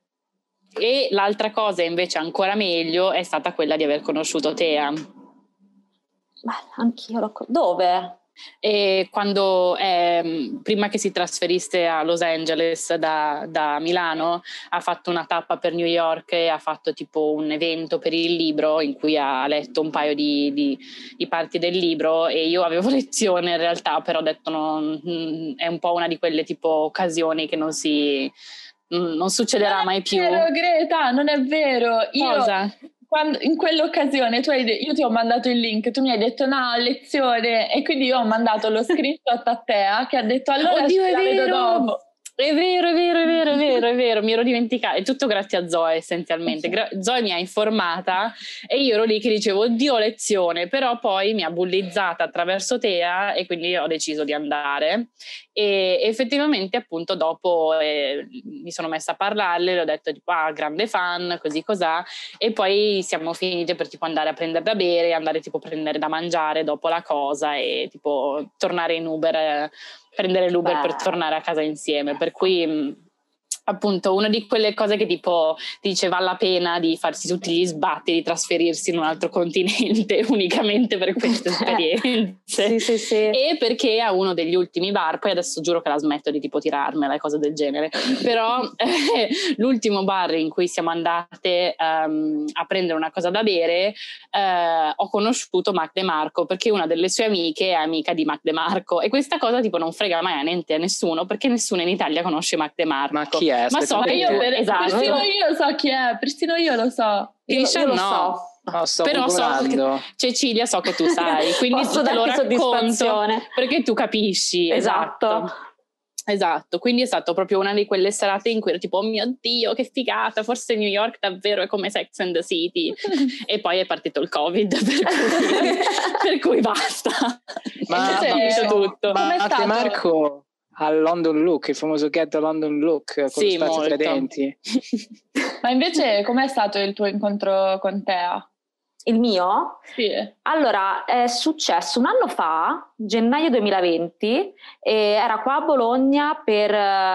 E l'altra cosa invece ancora meglio è stata quella di aver conosciuto Tea. Beh, anch'io l'ho... Dove? E quando eh, prima che si trasferisse a Los Angeles da, da Milano ha fatto una tappa per New York e ha fatto tipo un evento per il libro in cui ha letto un paio di, di, di parti del libro e io avevo lezione in realtà, però ho detto no, è un po' una di quelle tipo occasioni che non si non succederà non mai più. Non è vero Greta, non è vero. Io... Cosa? Quando, in quell'occasione tu hai de- io ti ho mandato il link, tu mi hai detto no, lezione e quindi io ho mandato lo screenshot a Tea che ha detto allora oddio, ci la vedo dopo. È vero, è vero, è vero, è vero, è vero, mi ero dimenticata, è tutto grazie a Zoe essenzialmente. Gra- Zoe mi ha informata e io ero lì che dicevo oddio lezione, però poi mi ha bullizzata attraverso Tea e quindi ho deciso di andare e effettivamente appunto dopo eh, mi sono messa a parlarle, le ho detto tipo ah grande fan, così cos'ha e poi siamo finite per tipo andare a prendere da bere, andare tipo a prendere da mangiare dopo la cosa e tipo tornare in Uber eh, prendere l'Uber Beh. per tornare a casa insieme, per cui appunto una di quelle cose che tipo dice vale la pena di farsi tutti gli sbatti di trasferirsi in un altro continente unicamente per queste esperienze sì, sì, sì. e perché a uno degli ultimi bar, poi adesso giuro che la smetto di tipo tirarmela e cose del genere, però eh, l'ultimo bar in cui siamo andate um, a prendere una cosa da bere eh, ho conosciuto Mac DeMarco perché una delle sue amiche è amica di Mac DeMarco e questa cosa tipo non frega mai a niente a nessuno perché nessuno in Italia conosce Mac DeMarco. Ma chi è? Ma so che io tu, per, esatto. persino io so chi è, persino io lo so. Christian io, io no. lo so. No, sto però googolando. so che, Cecilia so che tu sai, quindi posso te lo darti racconto soddisfazione perché tu capisci. Esatto. esatto. Esatto, quindi è stato proprio una di quelle serate in cui ero tipo, oh mio Dio, che figata, forse New York davvero è come Sex and the City. E poi è partito il Covid, per cui, per cui basta. Ma, è finito tutto. Ma anche Marco al London Look, il famoso Get the London Look con sì, lo spazio molto. tra i denti. Ma invece com'è stato il tuo incontro con Tea? Il mio? Sì. Allora, è successo un anno fa, gennaio duemilaventi, e era qua a Bologna per,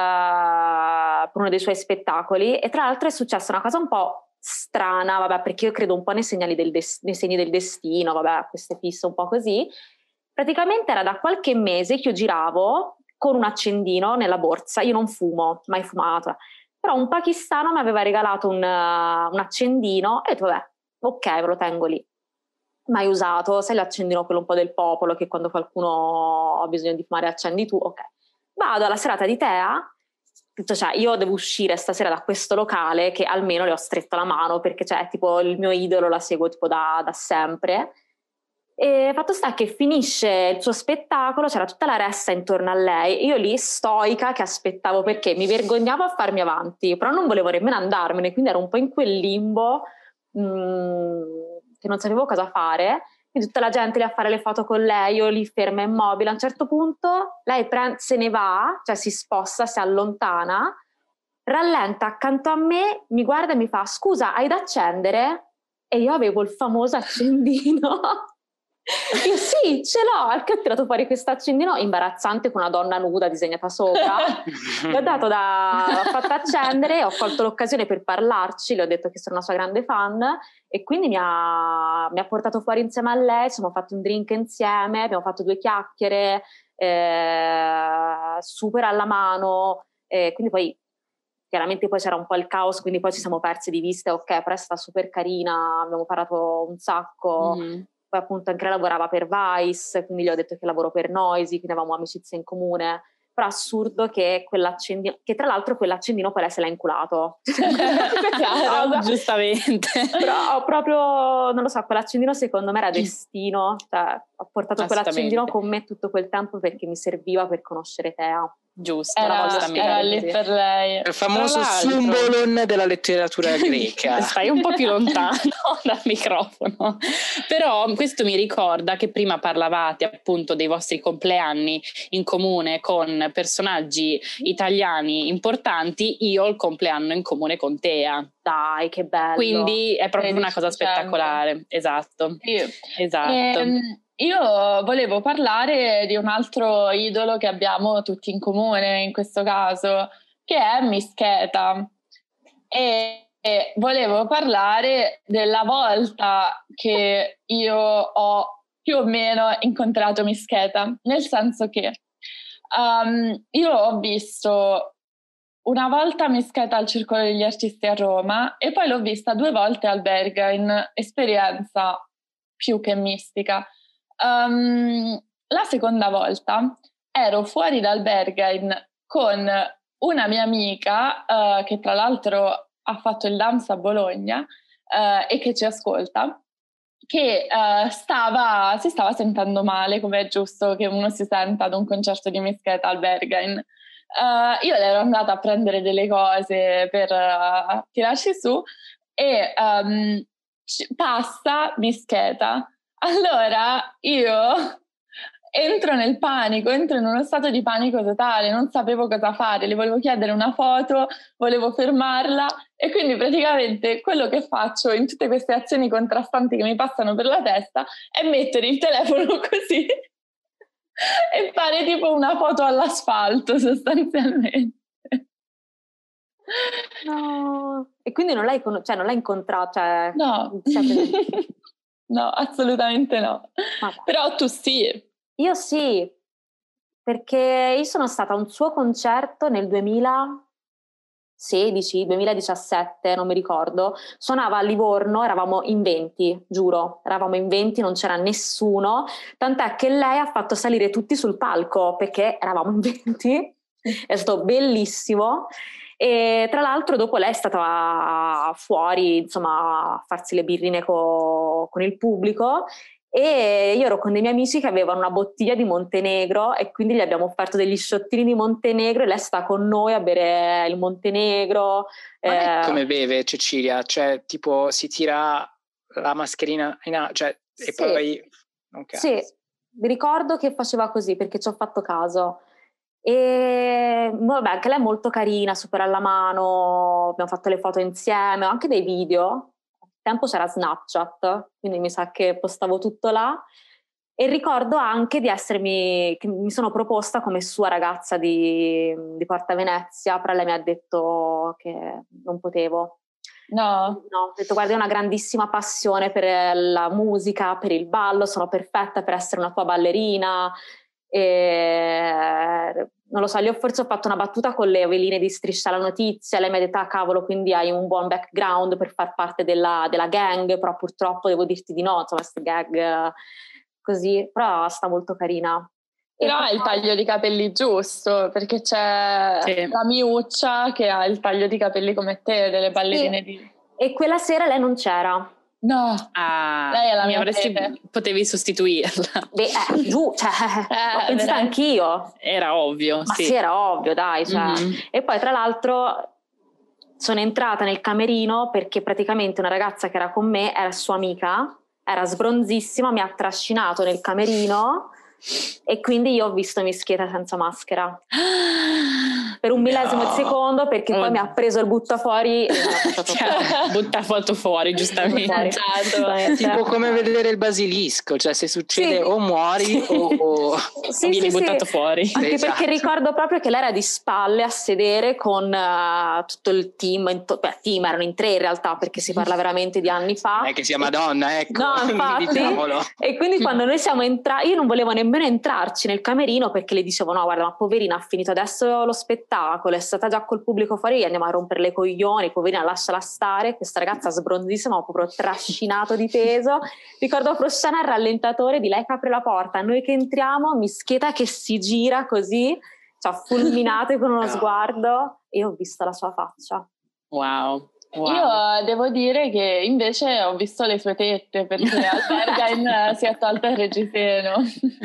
uh, per uno dei suoi spettacoli, e tra l'altro è successa una cosa un po' strana, vabbè, perché io credo un po' nei segnali del, des- nei segni del destino, vabbè, queste fisse un po' così. Praticamente era da qualche mese che io giravo con un accendino nella borsa, io non fumo, mai fumato, però un pakistano mi aveva regalato un, uh, un accendino e ho detto, vabbè, ok, ve lo tengo lì. Mai usato, sai l'accendino quello un po' del popolo che quando qualcuno ha bisogno di fumare accendi tu, ok. Vado alla serata di Tea, cioè io devo uscire stasera da questo locale che almeno le ho stretta la mano perché cioè tipo il mio idolo, la seguo tipo da, da sempre. E fatto sta che finisce il suo spettacolo, c'era tutta la ressa intorno a lei, io lì stoica che aspettavo perché mi vergognavo a farmi avanti, però non volevo nemmeno andarmene, quindi ero un po' in quel limbo che non sapevo cosa fare, quindi tutta la gente lì a fare le foto con lei, io lì ferma immobile. A un certo punto lei pre- se ne va, cioè si sposta, si allontana, rallenta accanto a me, mi guarda e mi fa scusa, hai da accendere? E io avevo il famoso accendino. Io sì, ce l'ho, al che ho tirato fuori questo accendino imbarazzante con una donna nuda disegnata sopra. Le ho dato da, l'ho fatto accendere, ho colto l'occasione per parlarci, le ho detto che sono una sua grande fan e quindi mi ha, mi ha portato fuori insieme a lei, ci siamo fatti un drink insieme, abbiamo fatto due chiacchiere, eh, super alla mano, eh, quindi poi chiaramente poi c'era un po' il caos, quindi poi ci siamo persi di vista, ok, però è stata super carina, abbiamo parlato un sacco. Mm-hmm. Poi appunto anche lei lavorava per Vice, quindi gli ho detto che lavoro per Noisy, quindi avevamo amicizie in comune, però assurdo che quell'accendino, che tra l'altro quell'accendino poi lei se l'ha inculato. Chiaro, giustamente. Però ho proprio, non lo so, quell'accendino secondo me era destino, cioè ho portato quell'accendino con me tutto quel tempo perché mi serviva per conoscere Tea. Giusto, era, era lì così. Per lei. Il famoso symbolon della letteratura greca. Stai un po' più lontano dal microfono. Però questo mi ricorda che prima parlavate appunto dei vostri compleanni in comune con personaggi italiani importanti. Io ho il compleanno in comune con Tea. Dai, che bello. Quindi è proprio una cosa spettacolare. Esatto. Sì. Esatto. Ehm, io volevo parlare di un altro idolo che abbiamo tutti in comune in questo caso, che è Mischeta. E, e volevo parlare della volta che io ho più o meno incontrato Mischeta, nel senso che um, io ho visto una volta Mischeta al Circolo degli Artisti a Roma e poi l'ho vista due volte al Berghain, esperienza più che mistica. Um, la seconda volta ero fuori dal Berghain con una mia amica uh, che tra l'altro ha fatto il D A M S a Bologna uh, e che ci ascolta, che uh, stava, si stava sentendo male, come è giusto che uno si senta ad un concerto di Mischeta al Berghain. Uh, io le ero andata a prendere delle cose per uh, tirarci su e um, c- passa Mischeta. Allora io entro nel panico, entro in uno stato di panico totale, non sapevo cosa fare, le volevo chiedere una foto, volevo fermarla e quindi praticamente quello che faccio in tutte queste azioni contrastanti che mi passano per la testa è mettere il telefono così e fare tipo una foto all'asfalto sostanzialmente. No, e quindi non l'hai, con- cioè, non l'hai incontrato? Cioè, no. No, assolutamente no. Vabbè. Però tu sì. Io sì, perché io sono stata a un suo concerto nel duemilasedici, duemiladiciassette, non mi ricordo. Suonava a Livorno, eravamo in venti, giuro, eravamo in venti, non c'era nessuno, tant'è che lei ha fatto salire tutti sul palco perché eravamo in venti, è stato bellissimo. E tra l'altro dopo lei è stata fuori insomma a farsi le birrine co- con il pubblico e io ero con dei miei amici che avevano una bottiglia di Montenegro e quindi gli abbiamo offerto degli sciottini di Montenegro e lei sta con noi a bere il Montenegro. Ma eh, come beve Cecilia? Cioè tipo si tira la mascherina in a- cioè, e sì, poi okay. Sì, vi ricordo che faceva così perché ci ho fatto caso. E vabbè, anche lei è molto carina, super alla mano, abbiamo fatto le foto insieme, ho anche dei video. Al tempo c'era Snapchat, quindi mi sa che postavo tutto là. E ricordo anche di essermi, che mi sono proposta come sua ragazza di, di Porta Venezia, però lei mi ha detto che non potevo. No. No, ho detto guarda, è una grandissima passione per la musica, per il ballo, sono perfetta per essere una tua ballerina. E non lo so, gli ho forse ho fatto una battuta con le veline di Striscia la Notizia, lei mi ha detto ah cavolo, quindi hai un buon background per far parte della, della gang, però purtroppo devo dirti di no, insomma queste gag così, però sta molto carina. Però ha il taglio di capelli giusto, perché c'è sì. la miuccia che ha il taglio di capelli come te, delle ballerine sì. di... E quella sera lei non c'era. No, ah, lei è la mia avresti, pepe. potevi sostituirla. Beh, eh, giù, cioè, Eh, l'ho pensata veramente. anch'io. Era ovvio, Ma sì. sì, era ovvio, dai. Cioè. Mm-hmm. E poi tra l'altro sono entrata nel camerino perché praticamente una ragazza che era con me era sua amica, era sbronzissima, mi ha trascinato nel camerino e quindi io ho visto Mischieta senza maschera per un millesimo No. di secondo, perché Oh. poi mi ha preso il buttafuori e mi ha buttato Cioè, butta foto fuori, giustamente. fuori. Giustamente. Tipo come vedere il basilisco, cioè se succede Sì. o muori Sì. o, o... Sì, vieni sì, buttato sì. fuori. Anche Esatto. perché ricordo proprio che lei era di spalle a sedere con uh, tutto il team, in to- beh, team erano in tre in realtà perché si parla veramente di anni fa. Non è che sia Madonna, ecco. No, infatti. Diciamolo. E quindi quando noi siamo entrati, io non volevo nemmeno entrarci nel camerino perché le dicevo no guarda, ma poverina, ha finito adesso lo spettacolo, è stata già col pubblico fuori, andiamo a rompere le coglioni, poverina, lasciala stare. Questa ragazza sbronzissima, ho proprio trascinato di peso. Ricordo proprio scena al rallentatore di lei che apre la porta, noi che entriamo, Mischieta che si gira così, ci ha fulminato con uno No. sguardo e ho visto la sua faccia. Wow. Wow. Io devo dire che invece ho visto le sue tette perché al Berghain si è tolto il reggiseno.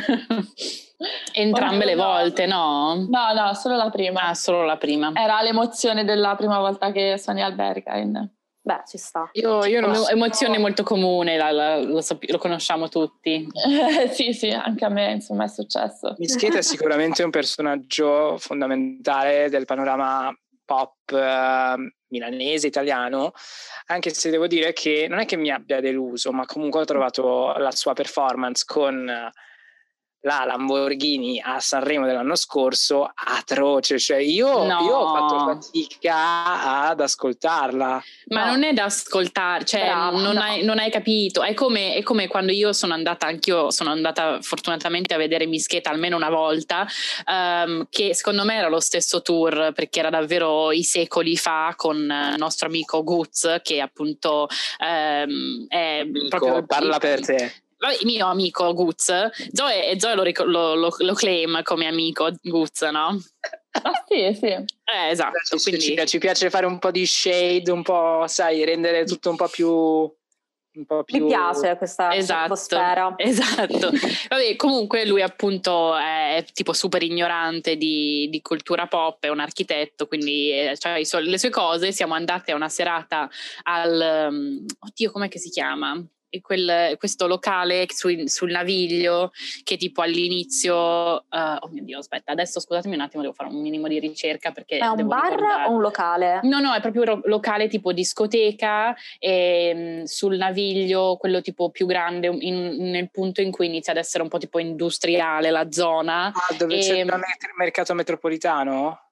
Entrambe le no. volte, no? No, no, solo la prima. Ah, solo la prima. Era l'emozione della prima volta che sono al Berghain. Beh, ci sta. Io, io non Come so. emozione molto comune, la, la, lo, sap- lo conosciamo tutti. Sì, sì, anche a me insomma è successo. Mischieta è sicuramente un personaggio fondamentale del panorama pop eh, milanese, italiano, anche se devo dire che non è che mi abbia deluso, ma comunque ho trovato la sua performance con la Lamborghini a Sanremo dell'anno scorso atroce, cioè io, No. io ho fatto fatica ad ascoltarla. Ma No. non è da ascoltare, cioè Brava, non, no. hai, non hai capito. È come, è come quando io sono andata, anch'io sono andata fortunatamente a vedere Mischieta almeno una volta, um, che secondo me era lo stesso tour, perché era davvero i secoli fa con il nostro amico Guz, che appunto um, è Amico, proprio parla per te. Il mio amico Guz, Zoe, e Zoe lo, ric- lo, lo, lo claim come amico Guz, no? Ah sì, sì. Eh, esatto, Ci, quindi... ci, ci piace fare un po' di shade, un po', sai, rendere tutto un po' più... Un po' più... Mi piace questa esatto, atmosfera. Esatto. Vabbè, comunque lui appunto è tipo super ignorante di, di cultura pop, è un architetto, quindi eh, cioè, i suoi- le sue cose. Siamo andate a una serata al... um, oddio, com'è che si chiama? E quel, questo locale su, sul Naviglio che tipo all'inizio uh, oh mio Dio, aspetta, adesso scusatemi un attimo, devo fare un minimo di ricerca perché È un devo bar ricordare. o un locale? No, no, è proprio un ro- locale tipo discoteca e, mh, sul Naviglio, quello tipo più grande, in, nel punto in cui inizia ad essere un po' tipo industriale la zona. Ah, dove e, c'è il mercato metropolitano?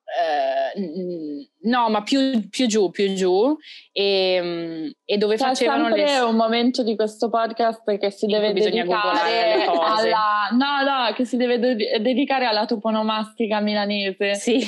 Uh, no, ma più, più giù, più giù e, e dove C'è facevano sempre le... un momento di questo podcast che si in deve cui bisogna googolare dedicare le cose. alla no no che si deve de- dedicare alla toponomastica milanese. Sì.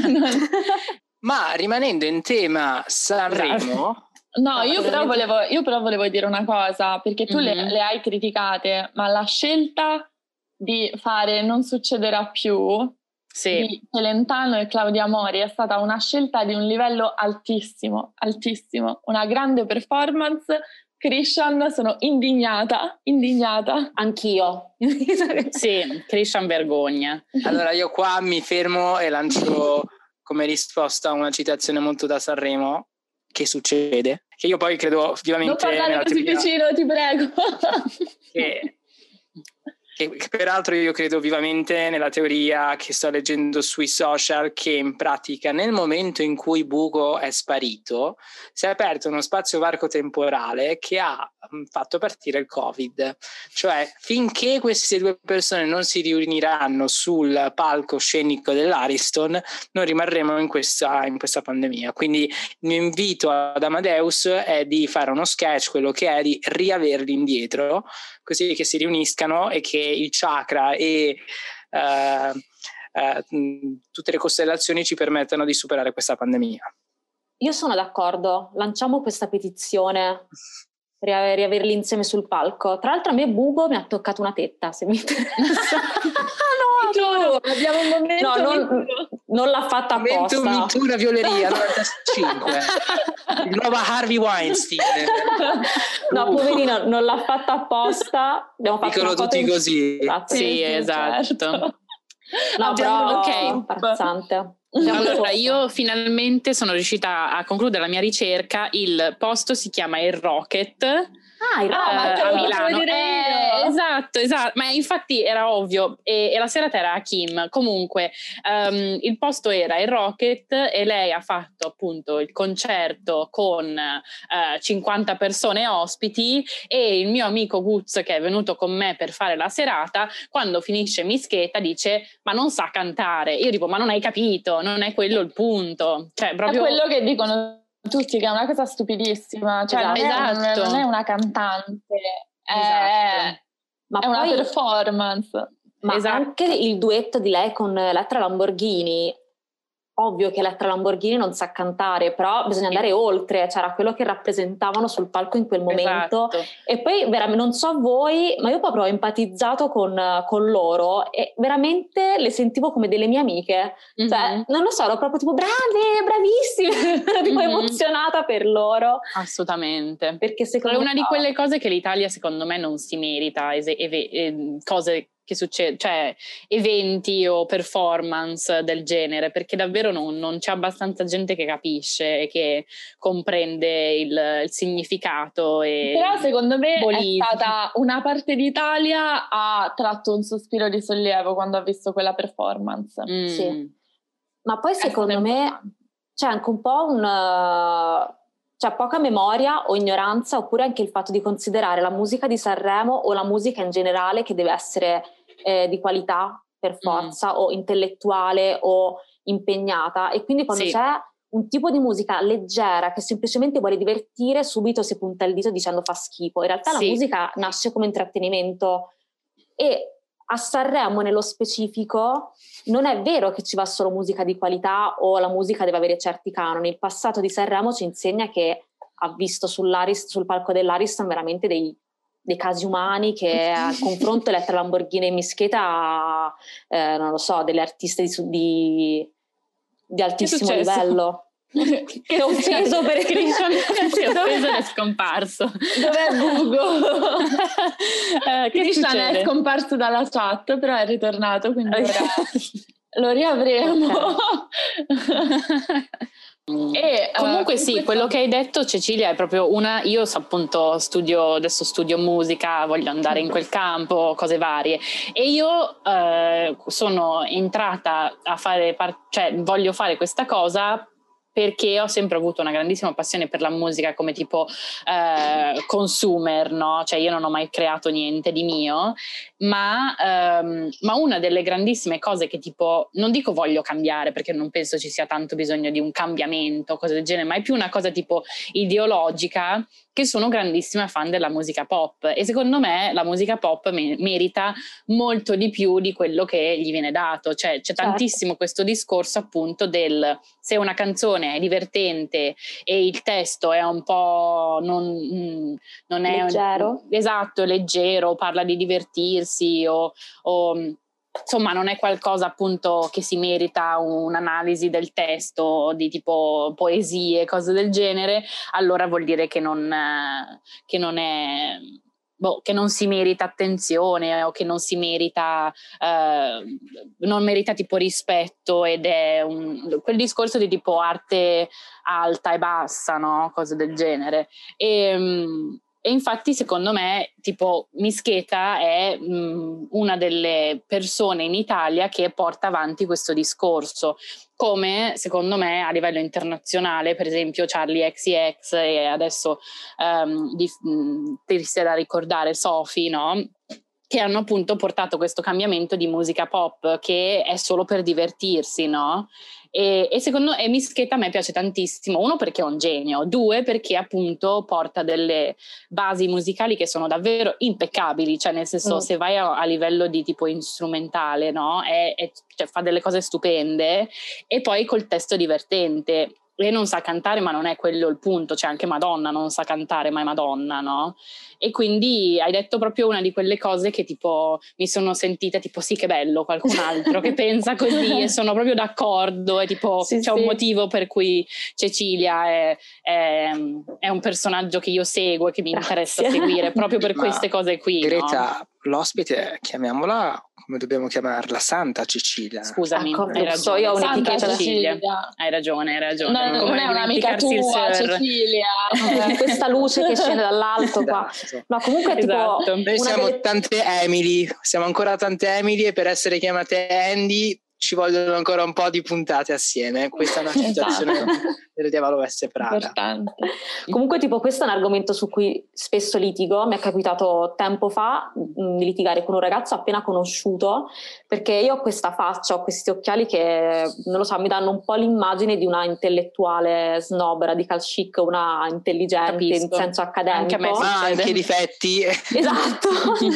Ma rimanendo in tema Sanremo, no, io però volevo io però volevo dire una cosa, perché tu mm-hmm. le, le hai criticate, ma la scelta di fare Non succederà più sì. di Celentano e Claudia Mori è stata una scelta di un livello altissimo, altissimo, una grande performance Christian, sono indignata, indignata. Anch'io. Sì, Christian vergogna. Allora io qua mi fermo e lancio come risposta una citazione molto da Sanremo. Che succede? Che io poi credo vivamente... Non parlare così teoria, vicino, ti prego. Che, che, che peraltro io credo vivamente nella teoria che sto leggendo sui social, che in pratica nel momento in cui Bugo è sparito si è aperto uno spazio varco temporale che ha fatto partire il Covid, cioè finché queste due persone non si riuniranno sul palco scenico dell'Ariston non rimarremo in questa, in questa pandemia. Quindi il mio invito ad Amadeus è di fare uno sketch, quello che è di riaverli indietro, così che si riuniscano e che il chakra e uh, uh, tutte le costellazioni ci permettano di superare questa pandemia. Io sono d'accordo, lanciamo questa petizione per riaverli insieme sul palco. Tra l'altro a me Bugo mi ha toccato una tetta, se mi interessa. No, abbiamo un momento no, non, non l'ha fatta apposta. Momento una violeria novantacinque il nuovo Harvey Weinstein. No, poverino, non l'ha fatta apposta. Abbiamo fatto dicono una foto tutti in... così. Grazie. Sì, esatto. Certo. No, però ok, imbarazzante. Allora io finalmente sono riuscita a concludere la mia ricerca. Il posto si chiama il Rocket. Ah, il Rocket, uh, a Milano. Eh, esatto, esatto. Ma infatti era ovvio. E, e la serata era a Kim. Comunque um, il posto era il Rocket e lei ha fatto appunto il concerto con uh, cinquanta persone ospiti, e il mio amico Guz, che è venuto con me per fare la serata, quando finisce Mischeta dice: ma non sa cantare. Io dico: ma non hai capito, non è quello il punto. Cioè, proprio... È quello che dicono tutti, che è una cosa stupidissima, cioè esatto. non, è, non, non è una cantante, è, esatto. Ma è poi, una performance. Ma esatto. Anche il duetto di lei con Elettra Lamborghini, ovvio che Elettra Lamborghini non sa cantare, però bisogna andare oltre, cioè era quello che rappresentavano sul palco in quel momento. Esatto. E poi veramente, non so voi, ma io proprio ho empatizzato con, con loro e veramente le sentivo come delle mie amiche, mm-hmm. Cioè non lo so, ero proprio tipo brave, bravissime, ero tipo mm-hmm. emozionata per loro. Assolutamente, perché secondo è una me... di quelle cose che l'Italia secondo me non si merita, ese- eve- eh, cose che succede, cioè eventi o performance del genere, perché davvero non, non c'è abbastanza gente che capisce e che comprende il, il significato. E però secondo me bolismo. È stata una parte d'Italia ha tratto un sospiro di sollievo quando ha visto quella performance. Mm. Sì. Ma poi secondo me c'è anche un po' un c'è poca memoria o ignoranza, oppure anche il fatto di considerare la musica di Sanremo o la musica in generale che deve essere eh, di qualità per forza mm. o intellettuale o impegnata, e quindi quando sì. c'è un tipo di musica leggera che semplicemente vuole divertire, subito si punta il dito dicendo fa schifo. In realtà sì. la musica nasce come intrattenimento, e a Sanremo nello specifico non è vero che ci va solo musica di qualità o la musica deve avere certi canoni. Il passato di Sanremo ci insegna che ha visto sull'Aris, sul palco dell'Ariston veramente dei, dei casi umani che al confronto Elettra Lamborghini e Mischeta eh, non lo so, delle artiste di, di, di altissimo livello. Che ho offeso per Christian, si è offeso ed è scomparso. Dov'è Bugo? eh, Christian è scomparso dalla chat, però è ritornato, quindi ora lo riavremo. Okay. E comunque uh, sì, questo... quello che hai detto, Cecilia, è proprio una. Io appunto studio, adesso studio musica, voglio andare in quel campo, cose varie, e io uh, sono entrata a fare par- cioè voglio fare questa cosa perché ho sempre avuto una grandissima passione per la musica come tipo eh, consumer, no? Cioè io non ho mai creato niente di mio, ma, ehm, ma una delle grandissime cose che tipo, non dico voglio cambiare perché non penso ci sia tanto bisogno di un cambiamento, cose del genere, ma è più una cosa tipo ideologica, che sono grandissima fan della musica pop, e secondo me la musica pop me- merita molto di più di quello che gli viene dato. Cioè c'è certo. tantissimo questo discorso appunto del se una canzone è divertente e il testo è un po' non, non è leggero, esatto, leggero, parla di divertirsi o, o insomma non è qualcosa appunto che si merita un'analisi del testo di tipo poesie, cose del genere, allora vuol dire che non, che non è... Boh, che non si merita attenzione o che non si merita eh, non merita tipo rispetto, ed è un, quel discorso di tipo arte alta e bassa, no? Cose del genere. E, e infatti secondo me tipo Mischeta è mh, una delle persone in Italia che porta avanti questo discorso, come secondo me a livello internazionale, per esempio Charlie X C X e adesso um, di, mh, triste da ricordare Sophie, no? Che hanno appunto portato questo cambiamento di musica pop che è solo per divertirsi, no? E, e secondo me Mischeta a me piace tantissimo, uno perché è un genio, due perché appunto porta delle basi musicali che sono davvero impeccabili, cioè nel senso mm. se vai a, a livello di tipo strumentale, no? È, è, cioè, fa delle cose stupende, e poi col testo divertente. Lei non sa cantare, ma non è quello il punto, cioè anche Madonna non sa cantare, ma è Madonna, no? E quindi hai detto proprio una di quelle cose che tipo mi sono sentita tipo sì, che bello, qualcun altro che pensa così, e sono proprio d'accordo, e tipo sì, c'è sì. un motivo per cui Cecilia è, è, è un personaggio che io seguo e che mi Grazie. interessa seguire proprio per ma queste cose qui. Greta, no? L'ospite, chiamiamola come dobbiamo chiamarla, Santa Cecilia. Scusami, ecco, hai ragione. So, io ho un'etichetta Cecilia. Hai ragione, hai ragione. No, non è un'amica tua, Cecilia. Questa luce che scende dall'alto qua. No, comunque esatto. tipo noi siamo delle... tante Emily, siamo ancora tante Emily, e per essere chiamate Andy ci vogliono ancora un po' di puntate assieme. Questa è una citazione esatto. del Diavolo Veste Prada. Importante. Comunque tipo questo è un argomento su cui spesso litigo. Mi è capitato tempo fa mh, di litigare con un ragazzo appena conosciuto, perché io ho questa faccia, ho questi occhiali che non lo so, mi danno un po' l'immagine di una intellettuale snob, radical chic, una intelligente Capisco. in senso accademico. Anche a me ma anche difetti. Esatto.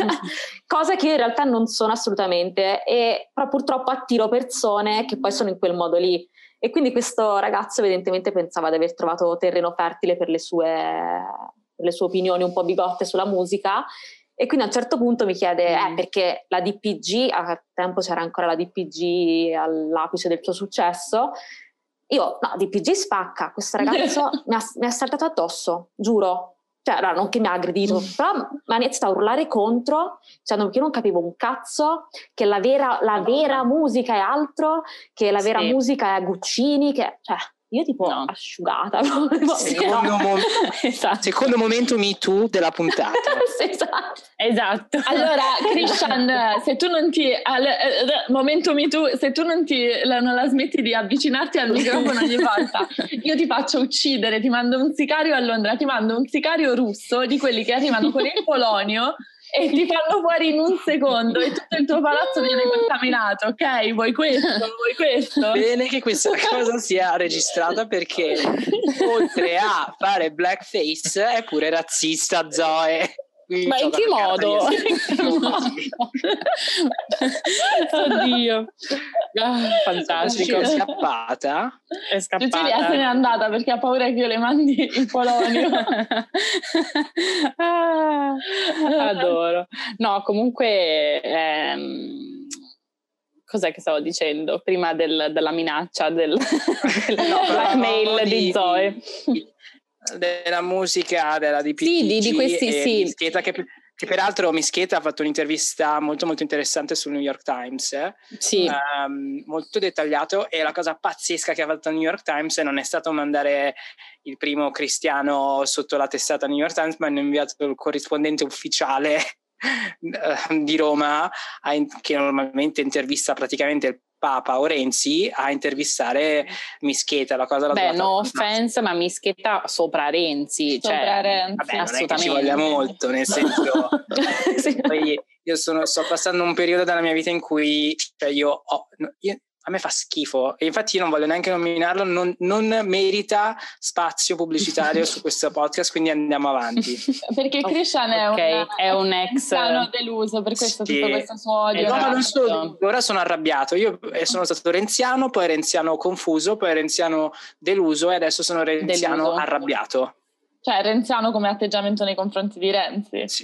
Cosa che io in realtà non sono assolutamente, e però purtroppo attiro persone che poi sono in quel modo lì, e quindi questo ragazzo evidentemente pensava di aver trovato terreno fertile per le sue, per le sue opinioni un po' bigotte sulla musica, e quindi a un certo punto mi chiede mm. eh, perché la D P G, a tempo c'era ancora la D P G all'apice del suo successo, io no, D P G spacca, questo ragazzo mi, ha, mi ha saltato addosso, giuro. Cioè, no, non che mi ha aggredito, però mi ha iniziato a urlare contro, dicendo che io non capivo un cazzo, che la vera, la vera musica è altro, che la vera sì. musica è Guccini, che... Cioè, io tipo no. asciugata. Secondo, mo- esatto. secondo momento Me Too della puntata. esatto. esatto. Allora, Christian, se tu non ti... Al, uh, momento Me Too, se tu non ti la, non la smetti di avvicinarti al microfono ogni volta, io ti faccio uccidere, ti mando un sicario a Londra, ti mando un sicario russo, di quelli che arrivano con il polonio, e ti fanno fuori in un secondo e tutto il tuo palazzo viene contaminato, ok? Vuoi questo? Vuoi questo? Bene che questa cosa sia registrata, perché oltre a fare blackface è pure razzista, Zoe. Quindi ma in che modo? Oddio, ah, fantastico. È scappata? È scappata. Cecilia se n'è andata perché ha paura che io le mandi in Polonio. ah, adoro. No, comunque ehm, cos'è che stavo dicendo prima del, della minaccia del, del no, blackmail di, di Zoe? Della musica, della D P G, sì, di, di questi sì. Mischeta, che, che peraltro Mischeta ha fatto un'intervista molto molto interessante sul New York Times, eh? sì. um, molto dettagliato, e la cosa pazzesca che ha fatto il New York Times non è stato mandare il primo cristiano sotto la testata New York Times, ma hanno inviato il corrispondente ufficiale di Roma a in, che normalmente intervista praticamente il Papa o Renzi, a intervistare Mischeta. La cosa la Beh, no offense, ma Mischeta sopra Renzi, sopra cioè, Renzi. Vabbè, non è che ci voglia molto, nel senso sì. Poi io sono, sto passando un periodo della mia vita in cui cioè io, ho, io a me fa schifo, e infatti io non voglio neanche nominarlo, non, non merita spazio pubblicitario su questo podcast, quindi andiamo avanti. Perché Christian è, okay. una, è un ex deluso, per questo sì. tutto questo suo odio. No, ma non solo, ora sono arrabbiato, io sono stato renziano, poi renziano confuso, poi renziano deluso, e adesso sono renziano deluso. arrabbiato. Cioè renziano come atteggiamento nei confronti di Renzi? Sì. No.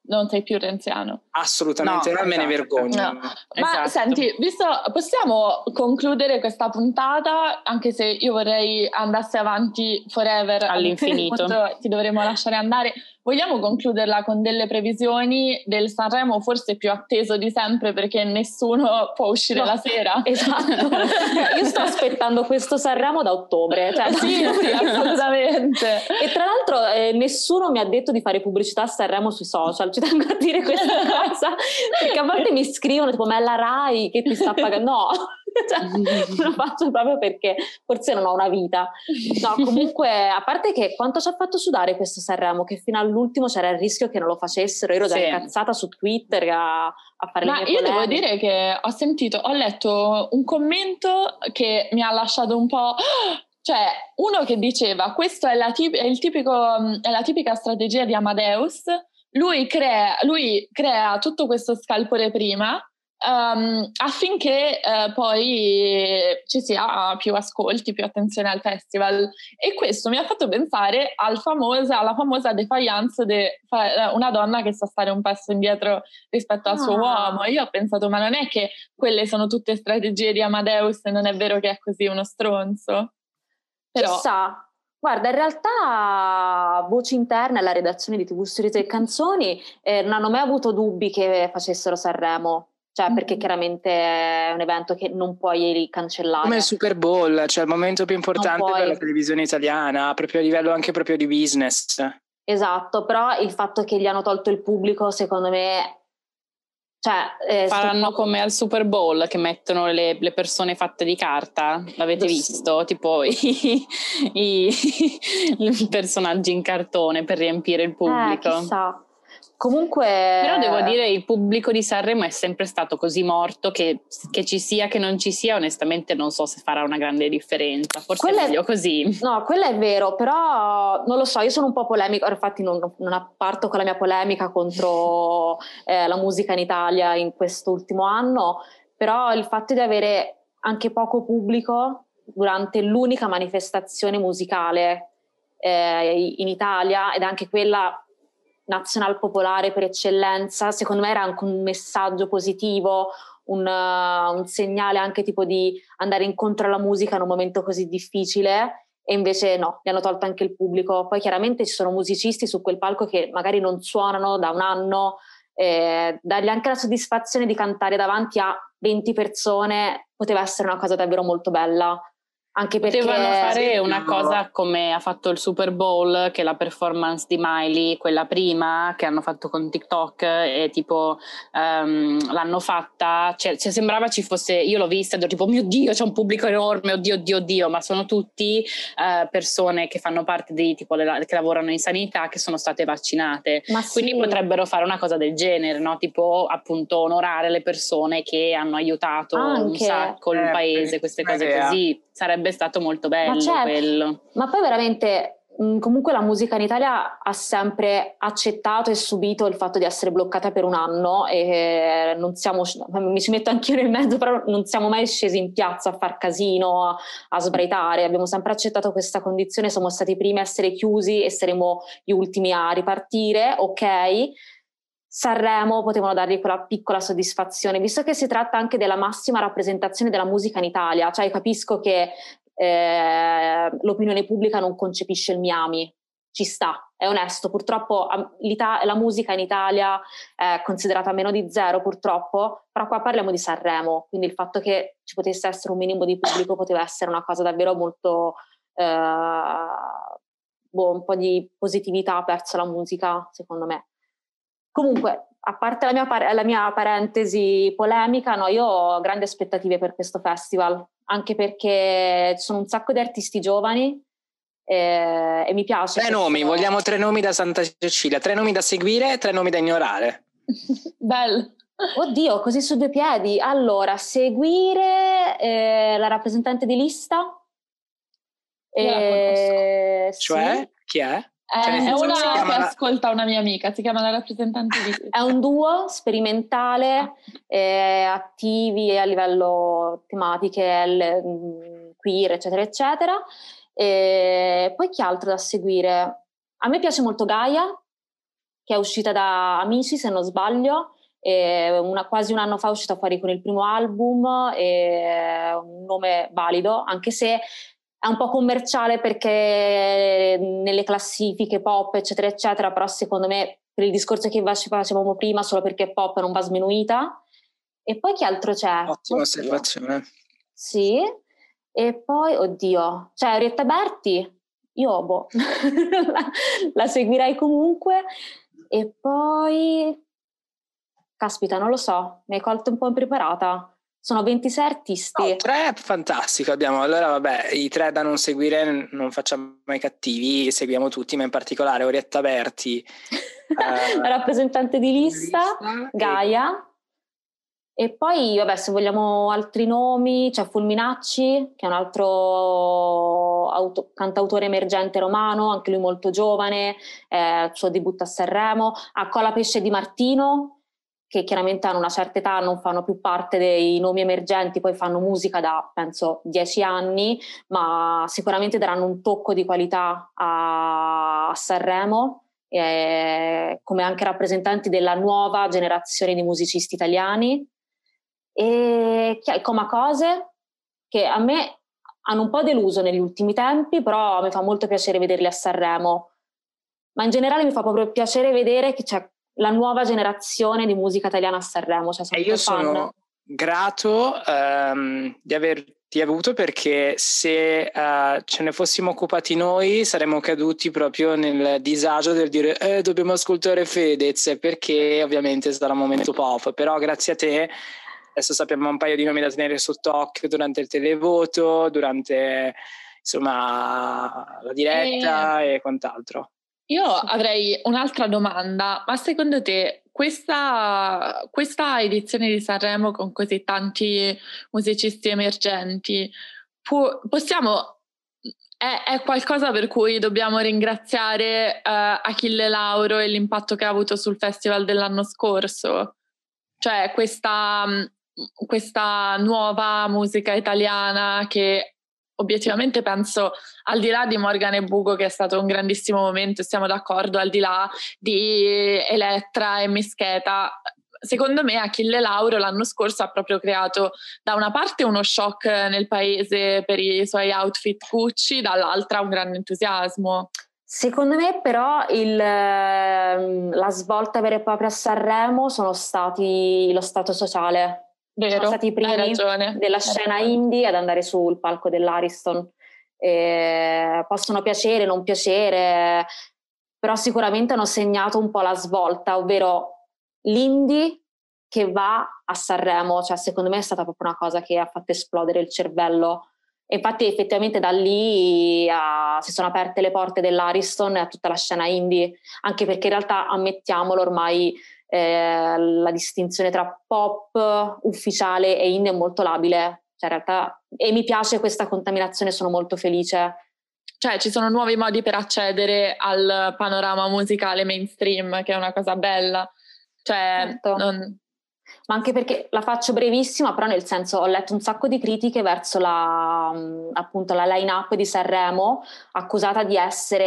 non sei più renziano. Assolutamente, no, non me ne esatto. vergogno. No. Ma Esatto. senti, visto, possiamo concludere questa puntata, anche se io vorrei andasse avanti forever. All'infinito. Appunto, ti dovremo lasciare andare. Vogliamo concluderla con delle previsioni del Sanremo forse più atteso di sempre, perché nessuno può uscire No, la sera? Esatto. Io sto aspettando questo Sanremo da ottobre. Cioè, Sì, sì, assolutamente. E tra l'altro eh, nessuno mi ha detto di fare pubblicità a Sanremo sui social, ci tengo a dire questa cosa, perché a volte mi scrivono tipo, ma è la Rai che ti sta pagando? No, cioè, lo faccio proprio perché forse non ho una vita. No, comunque, a parte che quanto ci ha fatto sudare questo Sanremo, che fino all'ultimo c'era il rischio che non lo facessero, ero già Sì. incazzata su Twitter a, a fare Ma le mie io polemiche. devo dire che ho sentito, ho letto un commento che mi ha lasciato un po'... Cioè, uno che diceva, questa è, la tip- è, il tipico, è la tipica strategia di Amadeus, lui crea, lui crea tutto questo scalpore prima um, affinché uh, poi ci sia più ascolti, più attenzione al festival. E questo mi ha fatto pensare al famosa, alla famosa defiance di una donna che sa stare un passo indietro rispetto al suo Ah. uomo. Io ho pensato, ma non è che quelle sono tutte strategie di Amadeus e non è vero che è così uno stronzo? Però... Chissà, guarda, in realtà voci interne alla redazione di T V Stories e Canzoni eh, non hanno mai avuto dubbi che facessero Sanremo, cioè perché Mm-hmm. chiaramente è un evento che non puoi cancellare. Come il Super Bowl, cioè il momento più importante puoi. per la televisione italiana, proprio a livello anche proprio di business. Esatto, però il fatto che gli hanno tolto il pubblico, secondo me... Cioè, eh, Faranno sto... come al Super Bowl che mettono le, le persone fatte di carta, l'avete Sì. visto? Tipo i, i, i personaggi in cartone per riempire il pubblico. Eh, chissà. Comunque... Però devo dire il pubblico di Sanremo è sempre stato così morto che, che ci sia che non ci sia, onestamente non so se farà una grande differenza, forse Quella è meglio è... così. No, quello è vero, però non lo so, io sono un po' polemica, infatti non, non parto con la mia polemica contro eh, la musica in Italia in quest'ultimo anno, però il fatto di avere anche poco pubblico durante l'unica manifestazione musicale eh, in Italia, ed anche quella nazional popolare per eccellenza, secondo me era anche un messaggio positivo, un, uh, un segnale anche tipo di andare incontro alla musica in un momento così difficile, e invece no, gli hanno tolto anche il pubblico. Poi chiaramente ci sono musicisti su quel palco che magari non suonano da un anno, eh, dargli anche la soddisfazione di cantare davanti a venti persone poteva essere una cosa davvero molto bella. Anche perché potevano fare una cosa come ha fatto il Super Bowl, che è la performance di Miley, quella prima che hanno fatto con TikTok, e tipo um, l'hanno fatta, cioè, cioè sembrava ci fosse, io l'ho vista ed ero tipo mio Dio c'è un pubblico enorme, oddio oddio oddio, ma sono tutti uh, persone che fanno parte di tipo della, che lavorano in sanità, che sono state vaccinate, ma quindi sì. potrebbero fare una cosa del genere, no? Tipo appunto onorare le persone che hanno aiutato anche. un sacco il Eh, paese, queste cose idea. così. Sarebbe stato molto bello ma certo, quello. Ma poi veramente mh, comunque la musica in Italia ha sempre accettato e subito il fatto di essere bloccata per un anno, e non siamo, mi ci metto anch'io nel mezzo, però non siamo mai scesi in piazza a far casino, a, a sbraitare, abbiamo sempre accettato questa condizione, siamo stati i primi a essere chiusi e saremo gli ultimi a ripartire, ok. Sanremo potevano dargli quella piccola soddisfazione, visto che si tratta anche della massima rappresentazione della musica in Italia, cioè capisco che eh, l'opinione pubblica non concepisce il Miami, ci sta, è onesto, purtroppo la musica in Italia è considerata meno di zero purtroppo, però qua parliamo di Sanremo, quindi il fatto che ci potesse essere un minimo di pubblico poteva essere una cosa davvero molto eh, boh, un po' di positività verso la musica, secondo me. Comunque, a parte la mia, par- la mia parentesi polemica, no, io ho grandi aspettative per questo festival, anche perché ci sono un sacco di artisti giovani e, e mi piace. Tre questo... nomi, vogliamo tre nomi da Santa Cecilia, tre nomi da seguire e tre nomi da ignorare. Bello. Oddio, così su due piedi. Allora, seguire eh, la rappresentante di lista. Io la Eh, Cioè, sì. chi è? È, Cioè, nel è senso, una si che chiama la- ascolta una mia amica, si chiama la rappresentante di... È un duo sperimentale, eh, attivi a livello tematiche, l- mh, queer, eccetera, eccetera. E poi chi altro da seguire? A me piace molto Gaia, che è uscita da Amici, se non sbaglio, e una, quasi un anno fa è uscita fuori con il primo album, e un nome valido, anche se è un po' commerciale perché nelle classifiche pop eccetera eccetera, però secondo me per il discorso che facevamo prima, solo perché è pop non va sminuita. E poi che altro c'è? Ottima osservazione. Sì, e poi oddio, c'è Orietta Berti, io boh, la, la seguirei comunque. E poi caspita, non lo so, mi hai colto un po' impreparata. Sono ventisei artisti. Oh, tre, fantastico. Abbiamo allora, vabbè, i tre da non seguire, non facciamo i cattivi, seguiamo tutti, ma in particolare Orietta Berti, eh, rappresentante di lista, lista Gaia. E... e poi, vabbè, se vogliamo altri nomi, c'è Fulminacci, che è un altro auto, cantautore emergente romano, anche lui molto giovane, eh, il suo debutto a Sanremo. A Colapesce Di Martino, che chiaramente hanno una certa età, non fanno più parte dei nomi emergenti, poi fanno musica da, penso, dieci anni, ma sicuramente daranno un tocco di qualità a, a Sanremo, eh, come anche rappresentanti della nuova generazione di musicisti italiani. E Comacose, che a me hanno un po' deluso negli ultimi tempi, però mi fa molto piacere vederli a Sanremo, ma in generale mi fa proprio piacere vedere che c'è la nuova generazione di musica italiana a Sanremo. Cioè sono e io fan. sono grato um, di averti avuto, perché se uh, ce ne fossimo occupati noi saremmo caduti proprio nel disagio del dire eh, dobbiamo ascoltare Fedez, perché ovviamente sarà un momento pop, però grazie a te adesso sappiamo un paio di nomi da tenere sott'occhio durante il televoto, durante insomma la diretta e, e quant'altro. Io avrei un'altra domanda, ma secondo te questa, questa edizione di Sanremo con così tanti musicisti emergenti, può, possiamo, è, è qualcosa per cui dobbiamo ringraziare uh, Achille Lauro e l'impatto che ha avuto sul festival dell'anno scorso? Cioè questa, questa nuova musica italiana che obiettivamente penso, al di là di Morgan e Bugo, che è stato un grandissimo momento, siamo d'accordo, al di là di Elettra e Mischeta, secondo me Achille Lauro l'anno scorso ha proprio creato da una parte uno shock nel paese per i suoi outfit Gucci, dall'altra un grande entusiasmo. Secondo me però il, la svolta vera e propria a Sanremo sono stati lo stato sociale. Vero, sono stati i primi della scena indie ad andare sul palco dell'Ariston. Eh, possono piacere, non piacere, però sicuramente hanno segnato un po' la svolta, ovvero l'indie che va a Sanremo. Cioè secondo me è stata proprio una cosa che ha fatto esplodere il cervello. E infatti effettivamente da lì a, si sono aperte le porte dell'Ariston a tutta la scena indie, anche perché in realtà, ammettiamolo, ormai Eh, la distinzione tra pop ufficiale e indie è molto labile, cioè in realtà, e mi piace questa contaminazione, sono molto felice. Cioè ci sono nuovi modi per accedere al panorama musicale mainstream, che è una cosa bella, cioè certo. non... ma anche perché la faccio brevissima, però nel senso ho letto un sacco di critiche verso la, appunto la line-up di Sanremo, accusata di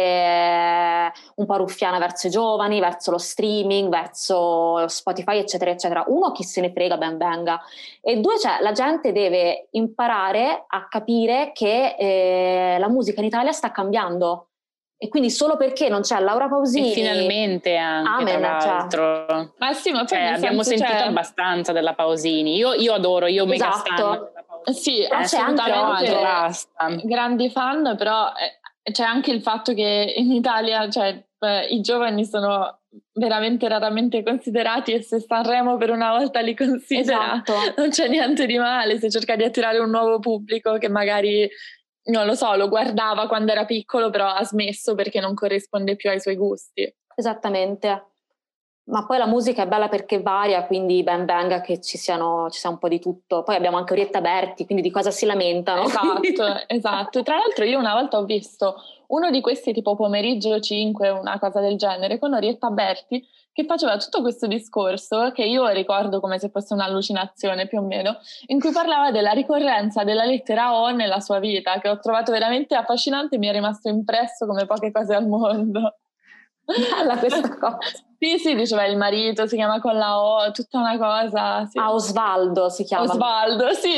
essere un po' ruffiana verso i giovani, verso lo streaming, verso Spotify eccetera eccetera. Uno, chi se ne frega, ben venga, e due, cioè la gente deve imparare a capire che eh, la musica in Italia sta cambiando. E quindi solo perché non c'è Laura Pausini, e finalmente anche amen, tra l'altro cioè. Ma sì, ma poi cioè, abbiamo senso, sentito cioè... abbastanza della Pausini. Io, io adoro, io esatto. mega stan della Pausini. Sì, però assolutamente basta. Grandi fan, però eh, c'è anche il fatto che in Italia, cioè, eh, i giovani sono veramente raramente considerati, e se Sanremo per una volta li considera, esatto. non c'è niente di male se cerca di attirare un nuovo pubblico che magari, non lo so, lo guardava quando era piccolo però ha smesso perché non corrisponde più ai suoi gusti. Esattamente, ma poi la musica è bella perché varia, quindi ben venga che ci siano, ci sia un po' di tutto. Poi abbiamo anche Orietta Berti, quindi di cosa si lamentano? Esatto, esatto. Tra l'altro io una volta ho visto uno di questi tipo pomeriggio cinque, una cosa del genere, con Orietta Berti, che faceva tutto questo discorso che io ricordo come se fosse un'allucinazione più o meno, in cui parlava della ricorrenza della lettera O nella sua vita, che ho trovato veramente affascinante e mi è rimasto impresso come poche cose al mondo. Bella questa cosa. Sì, sì, diceva il marito, si chiama con la O, tutta una cosa. Sì. Ah, Osvaldo si chiama. Osvaldo, sì.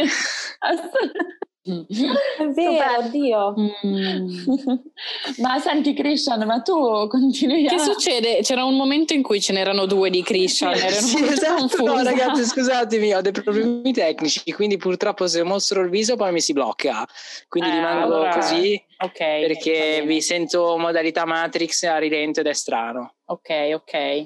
È vero, oddio. Mm. Ma senti Christian, ma tu continui a... Che succede? C'era un momento in cui ce n'erano due di Christian, Sì, erano sì, molto esatto. confusa. No, ragazzi, scusatemi, ho dei problemi tecnici, quindi purtroppo se mostro il viso poi mi si blocca, quindi Eh, rimango allora, così, ok, perché va vi bene. sento modalità Matrix a rilento ed è strano. Ok, ok. E,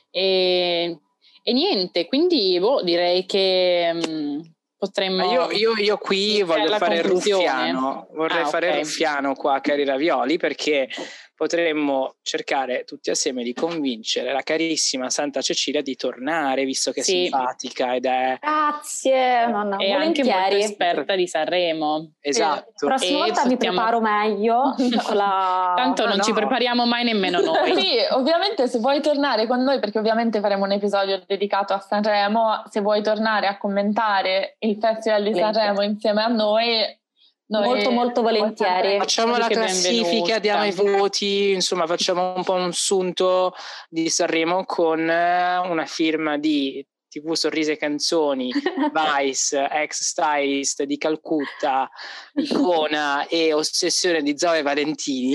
e niente, quindi boh, direi che mh, potremmo... Ma io, io, io qui iniziare voglio la fare il conclusione. ruffiano, vorrei Ah, fare il ok. ruffiano qua a Cari Ravioli, perché potremmo cercare tutti assieme di convincere la carissima Santa Cecilia di tornare, visto che Sì. è simpatica ed è... Grazie, nonna, È anche molto volentieri. esperta di Sanremo. Esatto. La prossima E volta mi possiamo- preparo meglio. con la... Tanto Ah, non no. ci prepariamo mai nemmeno noi. Sì, ovviamente se vuoi tornare con noi, perché ovviamente faremo un episodio dedicato a Sanremo, se vuoi tornare a commentare il Festival di Volentieri. Sanremo insieme a noi, noi Molto, molto volentieri. Facciamo Più la che classifica, benvenuta. diamo i voti, insomma facciamo un po' un sunto di Sanremo con eh, una firma di tivù Sorrisi e Canzoni, Vice, ex stylist di Calcutta, Icona e Ossessione di Zoe Valentini.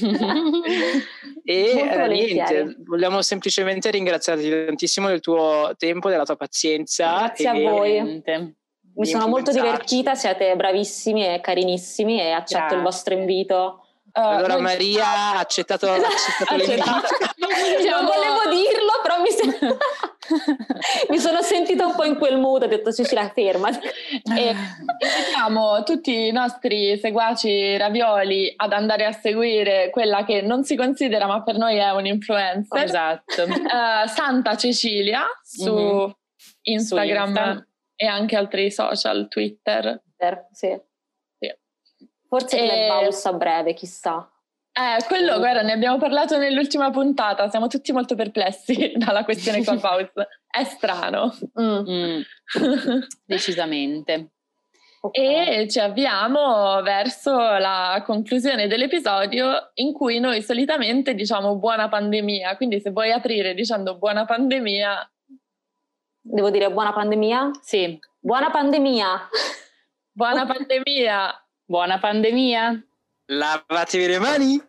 E Molto eh, volentieri. niente, vogliamo semplicemente ringraziarti tantissimo del tuo tempo, della tua pazienza. Grazie a e voi. Niente. Mi di sono molto influenzarci. divertita, siete bravissimi e carinissimi e accetto Grazie. il vostro invito. Uh, Allora noi- Maria ha accettato, ha accettato l'invito. Non volevo dirlo, però mi, se- mi sono sentita un po' in quel mood, ho detto Cecilia ferma. E invitiamo tutti i nostri seguaci Ravioli ad andare a seguire quella che non si considera ma per noi è un influencer, Esatto. uh, Santa Cecilia su Mhm. Instagram Su Insta. e anche altri social, Twitter. Sì. Sì. Forse E- Clubhouse a breve, chissà. Eh, quello, guarda, ne abbiamo parlato nell'ultima puntata, siamo tutti molto perplessi dalla questione Clubhouse. È strano. Mm. Mm, decisamente. E ci avviamo verso la conclusione dell'episodio in cui noi solitamente diciamo buona pandemia, quindi se vuoi aprire dicendo buona pandemia... Devo dire buona pandemia? Sì. Buona pandemia! Buona pandemia! Buona pandemia. Lavatevi le mani.